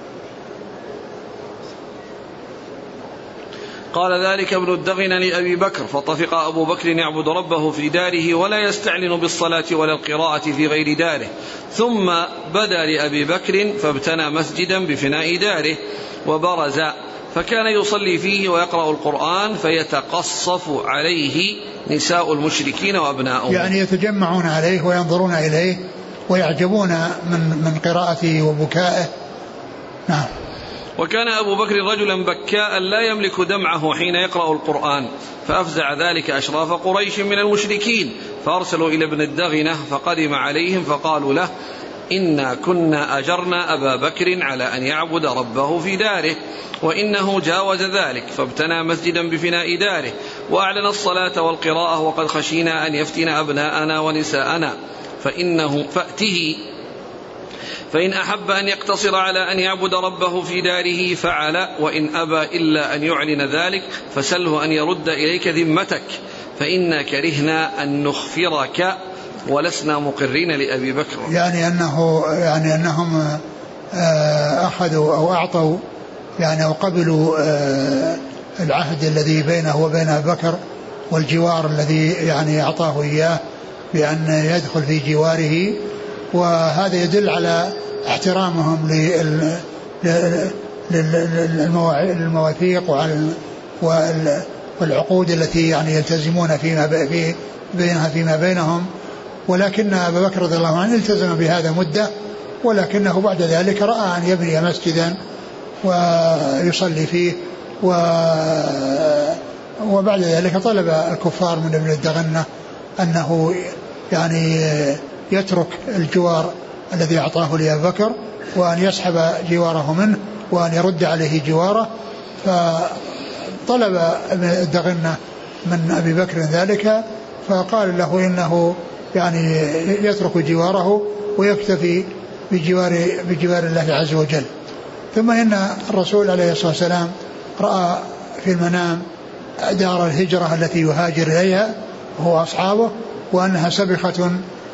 قال ذلك ابن الدغنة لأبي بكر فطفق أبو بكر يعبد ربه في داره ولا يستعلن بالصلاة ولا القراءة في غير داره، ثم بدا لأبي بكر فابتنى مسجدا بفناء داره وبرز فكان يصلي فيه ويقرأ القرآن فيتقصف عليه نساء المشركين وأبناؤهم،
يعني يتجمعون عليه وينظرون إليه ويعجبون من قراءته وبكائه. نعم.
وكان أبو بكر رجلا بكاء لا يملك دمعه حين يقرأ القرآن، فأفزع ذلك أشراف قريش من المشركين فأرسلوا إلى ابن الدغنة فقدم عليهم فقالوا له إنا كنا أجرنا أبا بكر على أن يعبد ربه في داره وإنه جاوز ذلك فابتنى مسجدا بفناء داره وأعلن الصلاة والقراءة وقد خشينا أن يفتن أبناءنا ونساءنا فأته فإن أحب أن يقتصر على أن يعبد ربه في داره فعل، وإن أبى إلا أن يعلن ذلك فسله أن يرد إليك ذمتك فإنا كرهنا أن نخفرك ولسنا مقرين لأبي بكر.
يعني أنهم أخذوا أو أعطوا يعني أو قبلوا العهد الذي بينه وبين أبي بكر والجوار الذي يعني أعطاه إياه بأن يدخل في جواره، وهذا يدل على احترامهم للمواثيق والعقود التي يعني يلتزمون فيما بينهم. ولكن أبا بكر رضي الله عنه التزم بهذا مدة، ولكنه بعد ذلك رأى أن يبني مسجدا ويصلي فيه، وبعد ذلك طلب الكفار من ابن الدغنة أنه يعني يترك الجوار الذي أعطاه لأبي بكر وأن يسحب جواره منه وأن يرد عليه جواره، فطلب ابن الدغنة من أبي بكر ذلك فقال له إنه يعني يترك جواره ويكتفي بجوار الله عز وجل. ثم إن الرسول عليه الصلاة والسلام رأى في المنام دار الهجرة التي يهاجر إليها هو أصحابه وأنها سبخة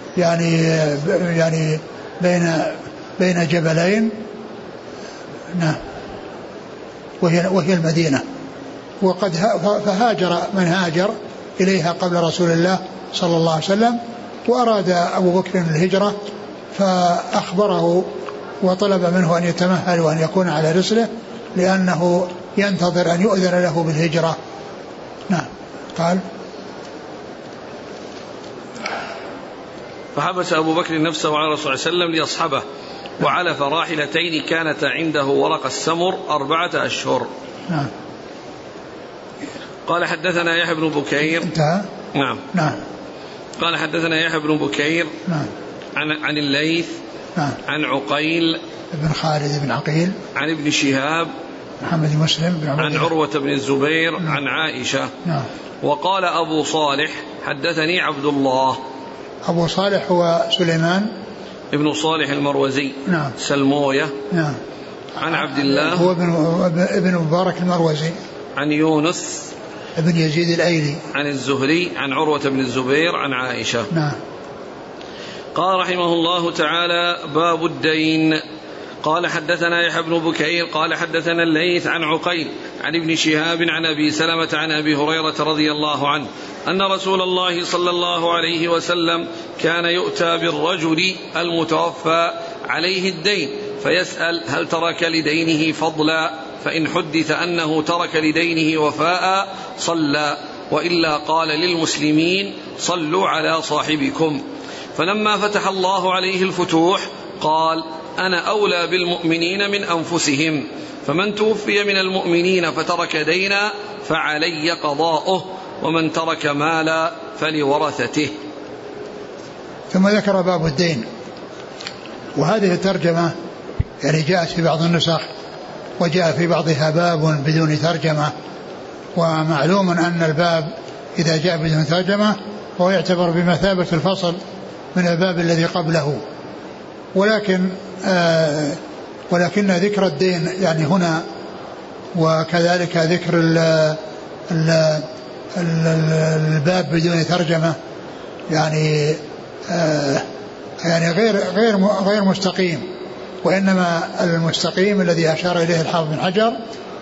يعني بين جبلين، نعم، وهي المدينة، وقد فهاجر من هاجر إليها قبل رسول الله صلى الله عليه وسلم، وأراد أبو بكر الهجرة فأخبره وطلب منه أن يتمهل وأن يكون على رسله لأنه ينتظر أن يؤذن له بالهجرة. نعم. قال
فحبس أبو بكر نفسه على رسول الله صلى الله عليه وسلم ليصحبه، وعلف راحلتين كانت عنده ورق السمر 4 أشهر. قال حدثنا يحيى بن بكير. نعم. قال حدثنا يحيى بن بكير عن الليث عن عقيل
بن خالد بن عقيل عن
ابن شهاب
محمد مسلم بن
عن عروة بن الزبير عن عائشة. وقال أبو صالح حدثني عبد الله.
أبو صالح هو سليمان
ابن صالح المروزي سلموية. عن عبد الله
هو ابن مبارك المروزي.
عن يونس
ابن يزيد الأيلي
عن الزهري عن عروة بن الزبير عن عائشة. قال رحمه الله تعالى: باب الدين. قال حدثنا يحيى بن بكير قال حدثنا الليث عن عقيل عن ابن شهاب عن أبي سلمة عن أبي هريرة رضي الله عنه أن رسول الله صلى الله عليه وسلم كان يؤتى بالرجل المتوفى عليه الدين فيسأل: هل ترك لدينه فضلا؟ فإن حدث أنه ترك لدينه وفاء صلى، وإلا قال للمسلمين: صلوا على صاحبكم. فلما فتح الله عليه الفتوح قال: أنا أولى بالمؤمنين من أنفسهم، فمن توفي من المؤمنين فترك دينا فعلي قضاؤه، ومن ترك مالا فلورثته.
ثم ذكر باب الدين. وهذه الترجمة يعني جاءت في بعض النسخ وجاء في بعضها باب بدون ترجمة، ومعلوم أن الباب إذا جاء بدون ترجمة هو يعتبر بمثابة الفصل من الباب الذي قبله، ولكن ذكر الدين يعني هنا، وكذلك ذكر الباب بدون ترجمة يعني غير مستقيم. وإنما المستقيم الذي أشار إليه الحافظ بن حجر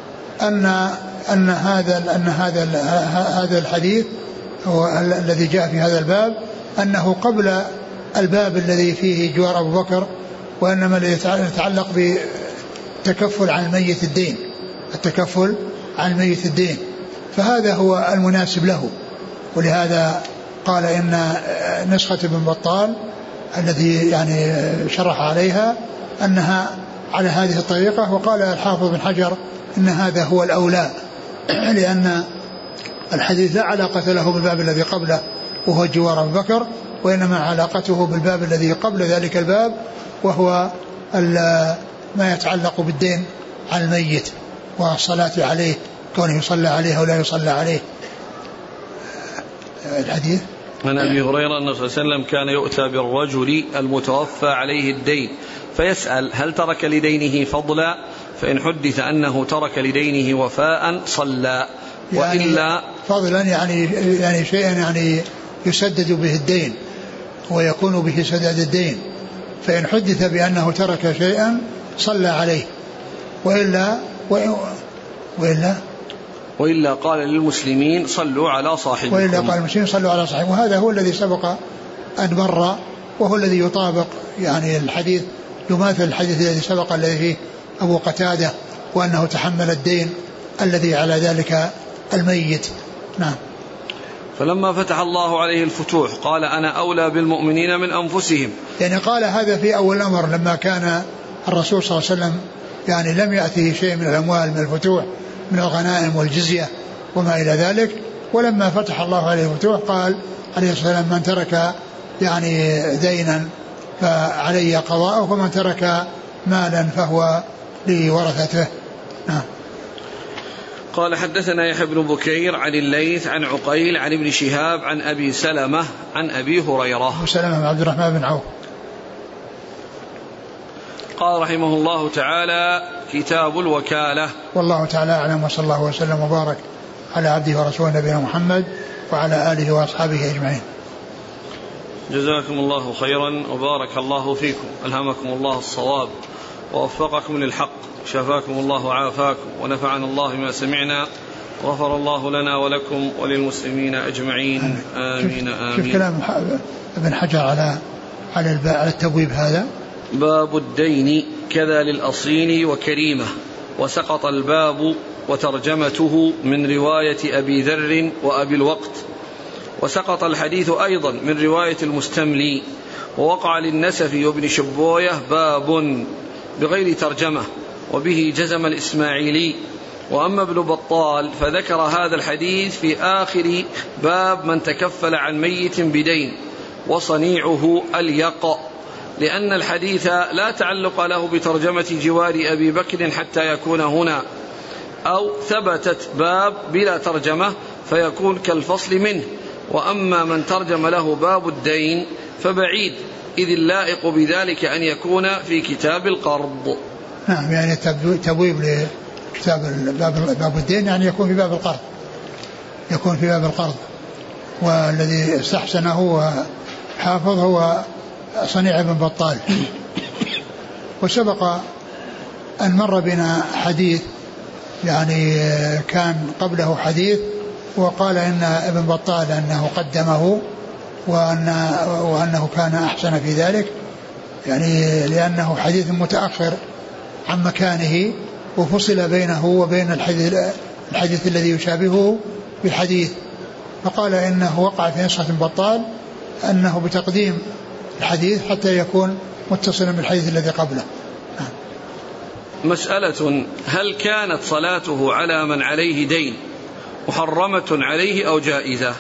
أن هذا الحديث هو الذي جاء في هذا الباب أنه قبل الباب الذي فيه جوار أبو بكر، وإنما الذي يتعلق بالتكفل عن الميت الدين، التكفل عن الميت الدين، فهذا هو المناسب له. ولهذا قال إن نسخة ابن بطال الذي يعني شرح عليها أنها على هذه الطريقة، وقال الحافظ بن حجر إن هذا هو الأولى، لأن الحديث لا علاقة له بالباب الذي قبله وهو جوار أبو بكر، وإنما علاقته بالباب الذي قبل ذلك الباب، وهو ما يتعلق بالدين عن الميت والصلاة عليه، كونه يصلى عليه أو لا يصلى عليه. الحديث
عن أبي هريرة أن صلى الله عليه وسلم كان يؤتى بالرجل المتوفى عليه الدين فيسأل: هل ترك لدينه فضلا؟ فإن حدث أنه ترك لدينه وفاء صلى، وإلا
فضلا يعني شيئا يعني يسدد به الدين ويكون به سداد الدين، فإن حدث بأنه ترك شيئا صلى عليه، وإلا
قال للمسلمين: صلوا على صاحبكم.
وهذا هو الذي سبق أن مر، وهو الذي يطابق يعني الحديث، يماثل الحديث الذي سبق الذي فيه أبو قتادة وأنه تحمل الدين الذي على ذلك الميت. نعم.
فلما فتح الله عليه الفتوح قال: أنا أولى بالمؤمنين من أنفسهم.
يعني قال هذا في أول الأمر لما كان الرسول صلى الله عليه وسلم يعني لم يأته شيء من الأموال من الفتوح من الغنائم والجزية وما إلى ذلك، ولما فتح الله عليه الفتوح قال عليه الصلاة والسلام: من ترك يعني دينا فعلي قضاءه، ومن ترك مالا فهو لورثته. نعم.
قال حدثنا يحيى بن بكير عن الليث عن عقيل عن ابن شهاب عن أبي سلمة عن أبي هريرة.
سلمة بن عبد الرحمن بن عوف.
قال رحمه الله تعالى: كتاب الوكالة.
والله تعالى أعلم، وصلى الله وسلم وبارك على عبده ورسوله نبينا محمد وعلى آله وأصحابه أجمعين.
جزاكم الله خيرا وبارك الله فيكم، ألهمكم الله الصواب ووفقكم للحق، شفاكم الله وعافاكم، ونفعنا الله بما سمعنا، غفر الله لنا ولكم وللمسلمين أجمعين. آمين آمين.
شوف كلام ابن حجر على التبويب هذا:
باب الدين كذا للأصيل وكريمة، وسقط الباب وترجمته من رواية أبي ذر وأبي الوقت. وسقط الحديث أيضا من رواية المستملي. ووقع للنسفي وابن شبوية باب بغير ترجمة وبه جزم الإسماعيلي. وأما ابن بطال فذكر هذا الحديث في آخر باب من تكفل عن ميت بدين وصنيعه اليق، لأن الحديث لا تعلق له بترجمة جوار أبي بكر حتى يكون هنا، أو ثبتت باب بلا ترجمة فيكون كالفصل منه. وأما من ترجم له باب الدين فبعيد، إذ اللائق بذلك أن يكون في كتاب القرض.
نعم، يعني تبويب لكتاب باب الدين يعني يكون في باب القرض، يكون في باب القرض. والذي استحسنه وحافظ هو صنيع بن بطال. وسبق أن مر بنا حديث يعني كان قبله حديث وقال إن ابن بطال أنه قدمه وأنه كان أحسن في ذلك، يعني لأنه حديث متأخر عن مكانه وفصل بينه وبين الحديث الذي يشابهه بحديث، فقال إنه وقع في نسخة بطال أنه بتقديم الحديث حتى يكون متصلا بالحديث الذي قبله.
مسألة: هل كانت صلاته على من عليه دين محرمة عليه أو جائزة؟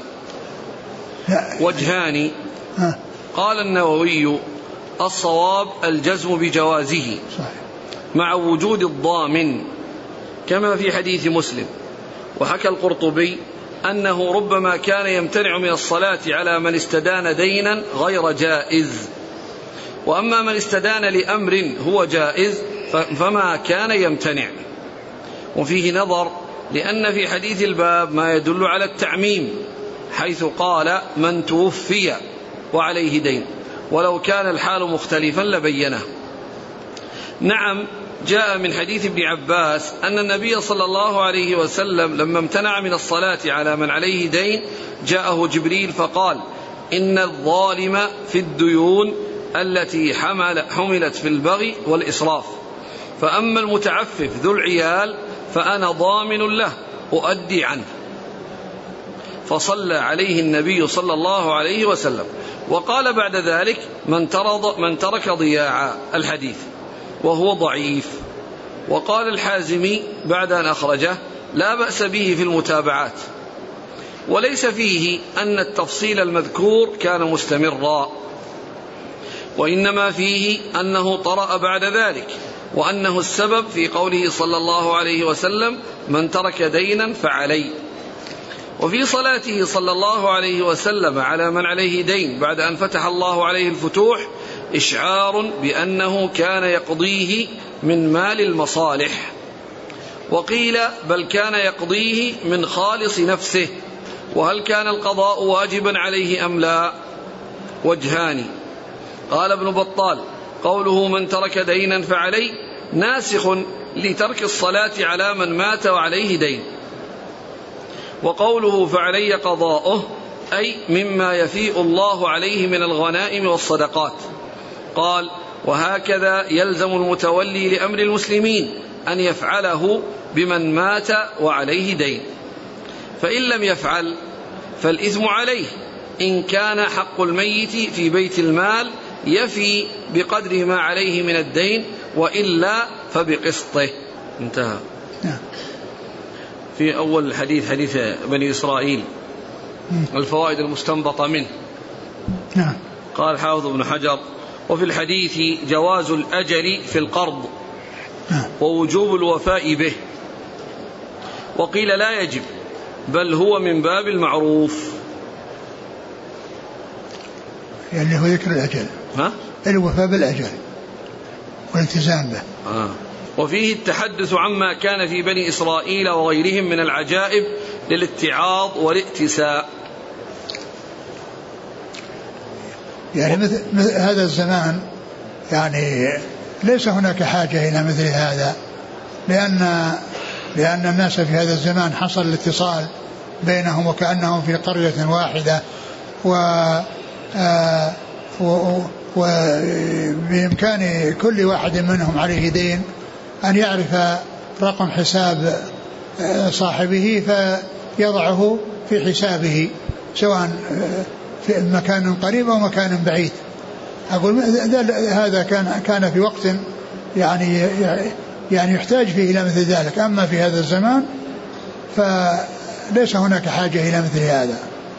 وجهان. قال النووي: الصواب الجزم بجوازه مع وجود الضامن كما في حديث مسلم. وحكى القرطبي أنه ربما كان يمتنع من الصلاة على من استدان دينا غير جائز، وأما من استدان لأمر هو جائز فما كان يمتنع. وفيه نظر، لأن في حديث الباب ما يدل على التعميم، حيث قال من توفي وعليه دين، ولو كان الحال مختلفا لبينه. نعم، جاء من حديث ابن عباس أن النبي صلى الله عليه وسلم لما امتنع من الصلاة على من عليه دين جاءه جبريل فقال: إن الظالم في الديون التي حملت في البغي والإسراف، فأما المتعفف ذو العيال فأنا ضامن له أؤدي عنه. فصلى عليه النبي صلى الله عليه وسلم. وقال بعد ذلك: من ترك ضياع الحديث، وهو ضعيف. وقال الحازمي بعد أن أخرجه: لا بأس به في المتابعات، وليس فيه أن التفصيل المذكور كان مستمرا، وإنما فيه أنه طرأ بعد ذلك، وأنه السبب في قوله صلى الله عليه وسلم: من ترك دينا فعلي. وفي صلاته صلى الله عليه وسلم على من عليه دين بعد أن فتح الله عليه الفتوح إشعار بأنه كان يقضيه من مال المصالح، وقيل بل كان يقضيه من خالص نفسه. وهل كان القضاء واجبا عليه أم لا؟ وجهان. قال ابن بطال: قوله من ترك دينا فعلي ناسخ لترك الصلاة على من مات وعليه دين، وقوله فعلي قضاؤه أي مما يفيء الله عليه من الغنائم والصدقات. قال: وهكذا يلزم المتولي لأمر المسلمين أن يفعله بمن مات وعليه دين، فإن لم يفعل فالإثم عليه إن كان حق الميت في بيت المال يفي بقدر ما عليه من الدين، وإلا فبقسطه. انتهى. في أول الحديث حديث بني إسرائيل الفوائد المستنبطة منه. قال حافظ ابن حجر: وفي الحديث جواز الأجل في القرض ووجوب الوفاء به، وقيل لا يجب بل هو من باب المعروف.
يعني هو ذكر الأجل، الوفاء بالأجل والالتزام به.
وفيه التحدث عما كان في بني إسرائيل وغيرهم من العجائب للاتعاظ والائتساء.
يعني مثل هذا الزمان يعني ليس هناك حاجة إلى مثل هذا، لأن الناس في هذا الزمان حصل الاتصال بينهم وكأنهم في قرية واحدة، وبإمكان كل واحد منهم عليه دين أن يعرف رقم حساب صاحبه فيضعه في حسابه سواء في مكان قريب أو مكان بعيد. أقول هذا كان في وقت يعني يحتاج فيه إلى مثل ذلك. أما في هذا الزمان فليس هناك حاجة إلى مثل هذا.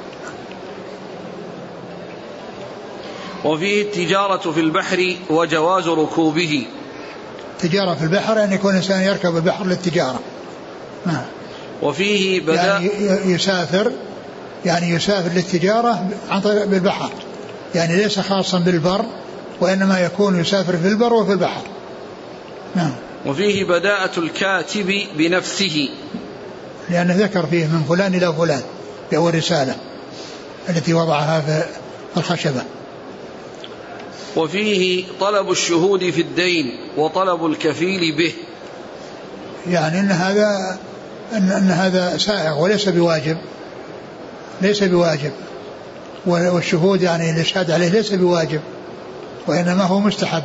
وفيه التجارة في البحر وجواز ركوبه.
تجارة في البحر أن يكون الإنسان يركب البحر للتجارة.
وفيه
يعني يسافر للتجارة عن طريق بالبحر، يعني ليس خاصا بالبر، وإنما يكون يسافر في البر وفي البحر.
وفيه بداءة الكاتب بنفسه،
لأنه ذكر فيه من فلان إلى فلان في أول رسالة التي وضعها في الخشبة.
وفيه طلب الشهود في الدين وطلب الكفيل به،
يعني أن هذا سائغ وليس بواجب، ليس بواجب، والشهود يعني الإشهاد عليه ليس بواجب وإنما هو مستحب.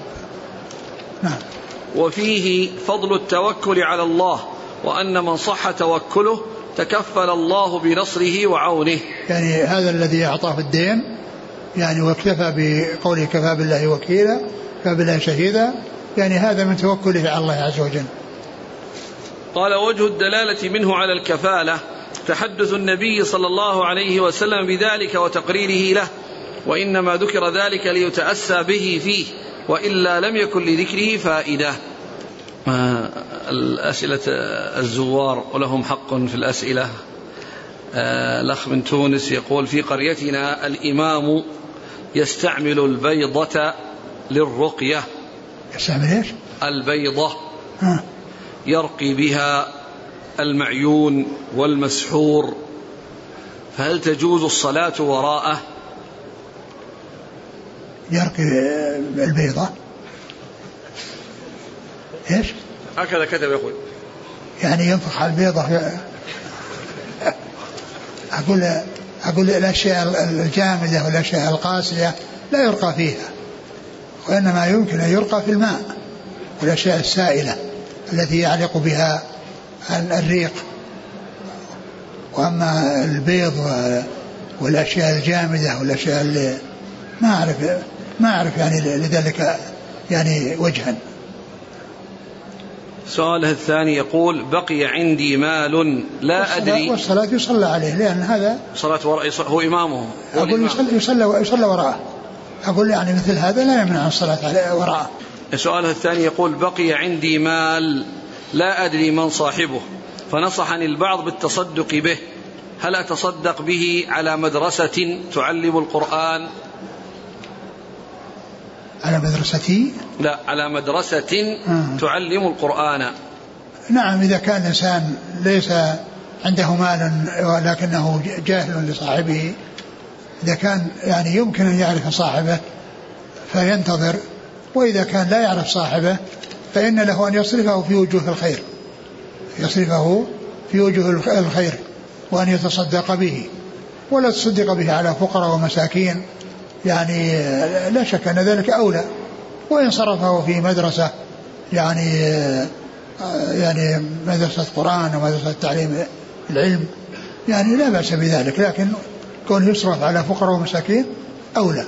وفيه فضل التوكل على الله، وأن من صح توكله تكفل الله بنصره وعونه.
يعني هذا الذي أعطاه الدين يعني واكتفى بقوله كفى بالله وكيلا كفى بالله شهيدا، يعني هذا من توكله على الله عز وجل.
قال وجه الدلالة منه على الكفالة تحدث النبي صلى الله عليه وسلم بذلك وتقريره له، وإنما ذكر ذلك ليتأسى به فيه، وإلا لم يكن لذكره فائدة. الأسئلة الزوار ولهم حق في الأسئلة. الأخ من تونس يقول في قريتنا الإمام يستعمل البيضة للرقية.
يستعمل إيش؟
البيضة يرقي بها المعيون والمسحور، فهل تجوز الصلاة وراءه؟
يرقي البيضة إيش؟
هكذا كتب يقول
يعني ينفخ على البيضة. أقول الأشياء الجامدة والأشياء القاسية لا يرقى فيها، وإنما يمكن أن يرقى في الماء والأشياء السائلة التي يعلق بها الريق. وأما البيض والأشياء الجامدة والأشياء اللي ما أعرف يعني لذلك يعني وجها.
سؤاله الثاني يقول بقي عندي مال لا أدري.
والصلاة يصلى عليه لأن هذا
صلاة هو إمامه.
أقول يصلى وراءه. أقول يعني مثل هذا لا يمنع عن الصلاة عليه وراءه.
سؤاله الثاني يقول بقي عندي مال لا أدري من صاحبه، فنصحني البعض بالتصدق به، هل أتصدق به على مدرسة تعلم القرآن؟
على مدرستي؟
لا، على مدرسة تعلم القرآن.
نعم، إذا كان الإنسان ليس عنده مال ولكنه جاهل لصاحبه، إذا كان يعني يمكن أن يعرف صاحبه فينتظر، وإذا كان لا يعرف صاحبه فإن له أن يصرفه في وجوه الخير، يصرفه في وجوه الخير وأن يتصدق به، ولا تصدق به على فقراء ومساكين، يعني لا شك أن ذلك أولى. وإن صرفه في مدرسة يعني مدرسة قرآن ومدرسة تعليم العلم يعني لا بأس بذلك، لكن كون يصرف على فقراء ومساكين أولى.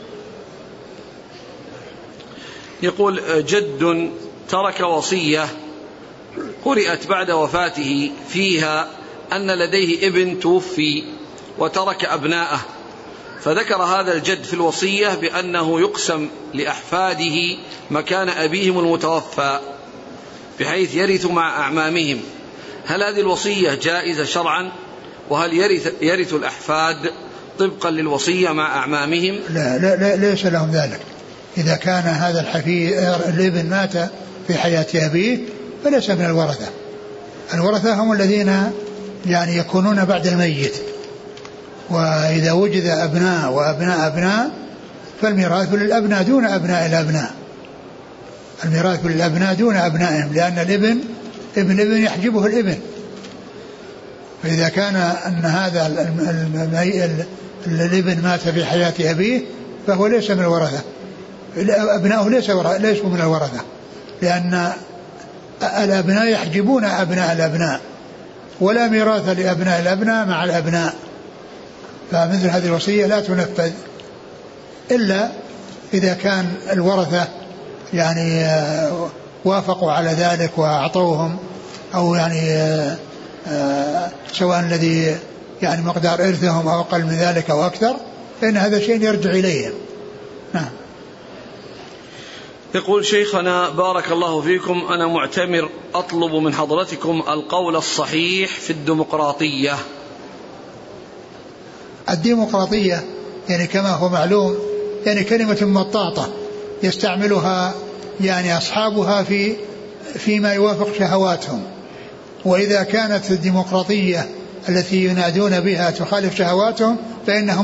يقول جد ترك وصية قرأت بعد وفاته فيها أن لديه ابن توفي وترك أبناءه، فذكر هذا الجد في الوصية بأنه يقسم لأحفاده مكان أبيهم المتوفى بحيث يرث مع أعمامهم، هل هذه الوصية جائزة شرعا؟ وهل يرث الأحفاد طبقا للوصية مع أعمامهم؟
لا ليس لهم ذلك. إذا كان هذا الابن مات في حياة أبيه فليس من الورثة. الورثة هم الذين يعني يكونون بعد الميت، وإذا وجد أبناء وأبناء أبناء فالميراث للأبناء دون أبناء الأبناء، الميراث للأبناء دون أبنائهم، لأن ابن يحجبه الابن. فإذا كان أن هذا الابن مات في حياة أبيه فهو ليس من الورثة، أبناؤه ليسوا من الورثة، لأن الأبناء يحجبون أبناء الأبناء، ولا ميراث لأبناء الأبناء مع الأبناء، فمثل هذه الوصية لا تنفذ إلا إذا كان الورثة يعني وافقوا على ذلك وأعطوهم، أو يعني سواء الذي يعني مقدار إرثهم أو أقل من ذلك أو أكثر، فإن هذا شيء يرجع إليهم. نعم.
يقول شيخنا بارك الله فيكم، أنا معتمر، أطلب من حضرتكم القول الصحيح في الديمقراطية.
الديمقراطية يعني كما هو معلوم يعني كلمة مطاطة يستعملها يعني أصحابها فيما يوافق شهواتهم، وإذا كانت الديمقراطية التي ينادون بها تخالف شهواتهم فإنهم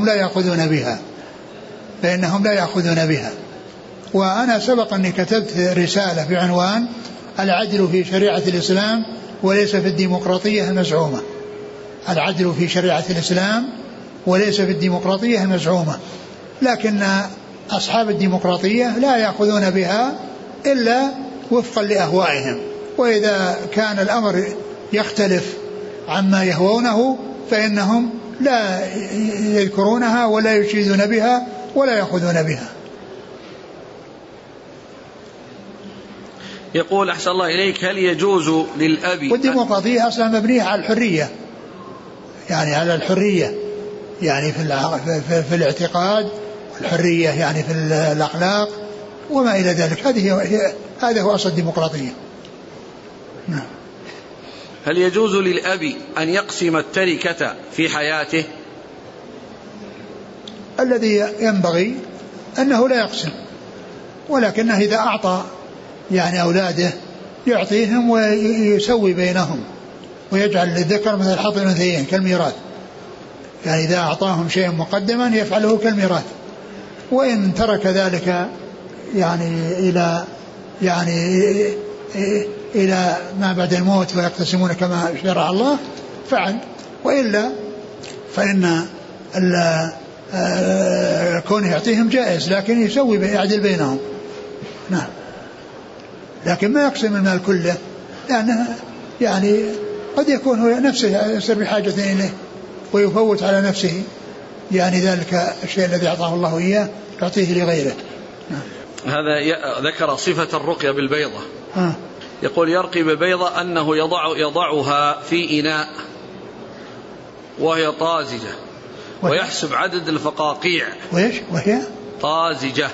لا يأخذون بها. وأنا سبق أني كتبت رسالة بعنوان العدل في شريعة الإسلام وليس في الديمقراطية المزعومة. العدل في شريعة الإسلام وليس في الديمقراطية المزعومة، لكن أصحاب الديمقراطية لا يأخذون بها إلا وفقا لأهوائهم، وإذا كان الأمر يختلف عما يهوونه فإنهم لا يذكرونها ولا يشيدون بها ولا يأخذون بها.
يقول أحسن الله إليك، هل يجوز للأب،
والديمقراطية أصلا مبنية على الحرية، يعني على الحرية يعني في الاعتقاد، والحرية يعني في الأخلاق وما إلى ذلك، هذا هو أصل الديمقراطية. نعم.
هل يجوز للأب أن يقسم التركة في حياته؟
الذي ينبغي أنه لا يقسم، ولكنه إذا أعطى يعني أولاده يعطيهم ويسوي بينهم ويجعل للذكر مثل حظ الأنثيين كالميراث، يعني إذا أعطاهم شيئا مقدما يفعله كالميراث، وإن ترك ذلك إلى ما بعد الموت ويقتسمون كما شرع الله فعل، وإلا فإن كونه يعطيهم جائز، لكن يسوي يعدل بينهم. نعم. لكن ما يقسم المال كله، لأنه يعني قد يكون هو نفسه يصير بحاجة إليه ويفوت على نفسه يعني ذلك الشيء الذي أعطاه الله إياه يعطيه لغيره.
هذا ذكر صفة الرقية بالبيضة. يقول يرقي بالبيضة أنه يضعها في إناء وهي طازجة ويحسب عدد الفقاقيع.
وهي
طازجة،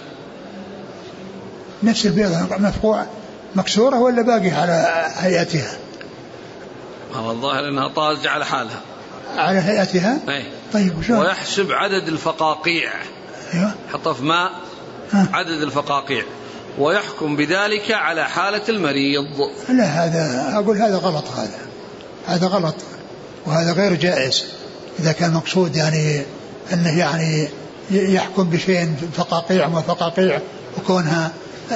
نفس البيضة مفقوعة مكسورة ولا باقي على هيئتها؟
الظاهر أنها طازجة على حالها،
على هيئتها.
أي.
طيب وشو؟
ويحسب عدد الفقاقيع.
أيوة.
حط في ماء عدد الفقاقيع ويحكم بذلك على حالة المريض.
لا، هذا أقول هذا غلط، هذا غلط، وهذا غير جائز. إذا كان مقصود يعني أنه يعني يحكم بشيء فقاقيع وفقاقيع وكونها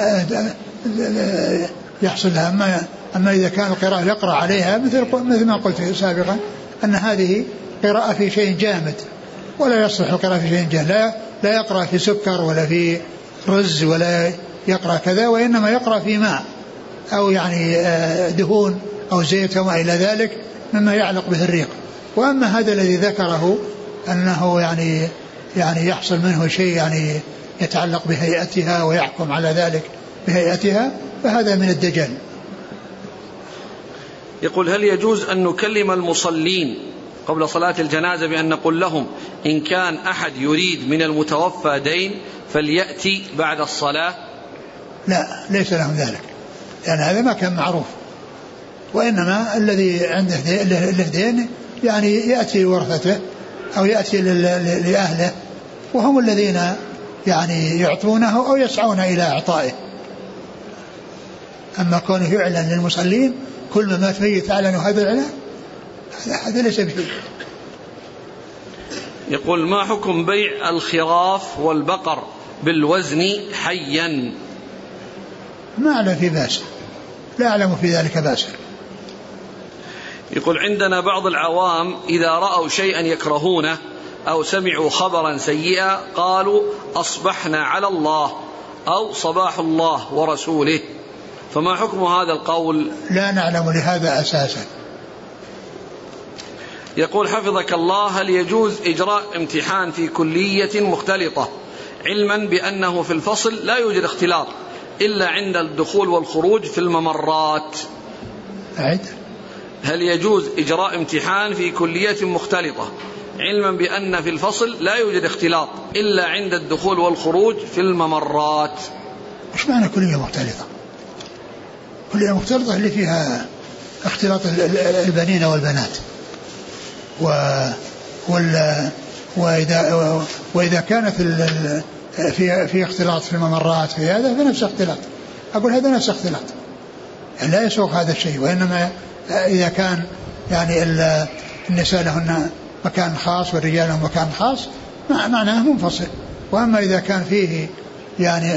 يحصل لها، أما إذا كان القراءة يقرأ عليها مثل ما قلت سابقا أن هذه قراءة في شيء جامد، ولا يصلح القراءة في شيء جامد، لا يقرأ في سكر ولا في رز ولا يقرأ كذا، وإنما يقرأ في ماء أو يعني دهون أو زيت وما إلى ذلك مما يعلق به الريق. وأما هذا الذي ذكره أنه يعني يحصل منه شيء يعني يتعلق بهيئتها ويحكم على ذلك بهيئتها، فهذا من الدجل.
يقول هل يجوز أن نكلم المصلين قبل صلاة الجنازة بأن نقول لهم إن كان أحد يريد من المتوفى دين فليأتي بعد الصلاة؟
لا، ليس لهم ذلك، لأن هذا ما كان معروف، وإنما الذي عنده دين يعني يأتي لورثته أو يأتي لأهله، وهم الذين يعني يعطونه أو يسعون إلى إعطائه. أما كونه يعلن للمصلين كل ما مات ميت أعلنوا هذا الإعلان، هذا ليس بشيء.
يقول ما حكم بيع الخراف والبقر بالوزن حيا؟
ما أعلم في بأس، لا أعلم في ذلك بأس.
يقول عندنا بعض العوام إذا رأوا شيئا يكرهونه أو سمعوا خبرا سيئا قالوا أصبحنا على الله أو صباح الله ورسوله، فما حكم هذا القول؟
لا نعلم لهذا أساسا.
يقول حفظك الله: هل يجوز إجراء امتحان في كلية مختلطة علما بأنه في الفصل لا يوجد اختلاط إلا عند الدخول والخروج في الممرات؟ هل يجوز إجراء امتحان في كلية مختلطة علما بأن في الفصل لا يوجد اختلاط إلا عند الدخول والخروج في الممرات؟
وش معنى كلية مختلطة؟ كلية مختلطة اللي فيها اختلاط البنين والبنات، وإذا كانت في اختلاط في الممرات في هذا فنفس اختلاط. أقول هذا نفس اختلاط، يعني لا يسوق هذا الشيء. وإنما إذا كان يعني النساء لهن مكان خاص والرجال لهم مكان خاص معناه منفصل. وأما إذا كان فيه يعني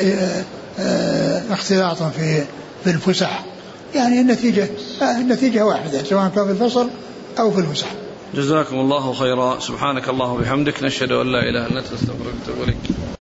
اختلاط في الفسح يعني النتيجة واحدة سواء كان في الفصل أو في الفسح.
جزاكم الله خيرا. سبحانك اللهم وبحمدك، نشهد أن لا إله إلا أنت، نستغفرك ونتوب إليك.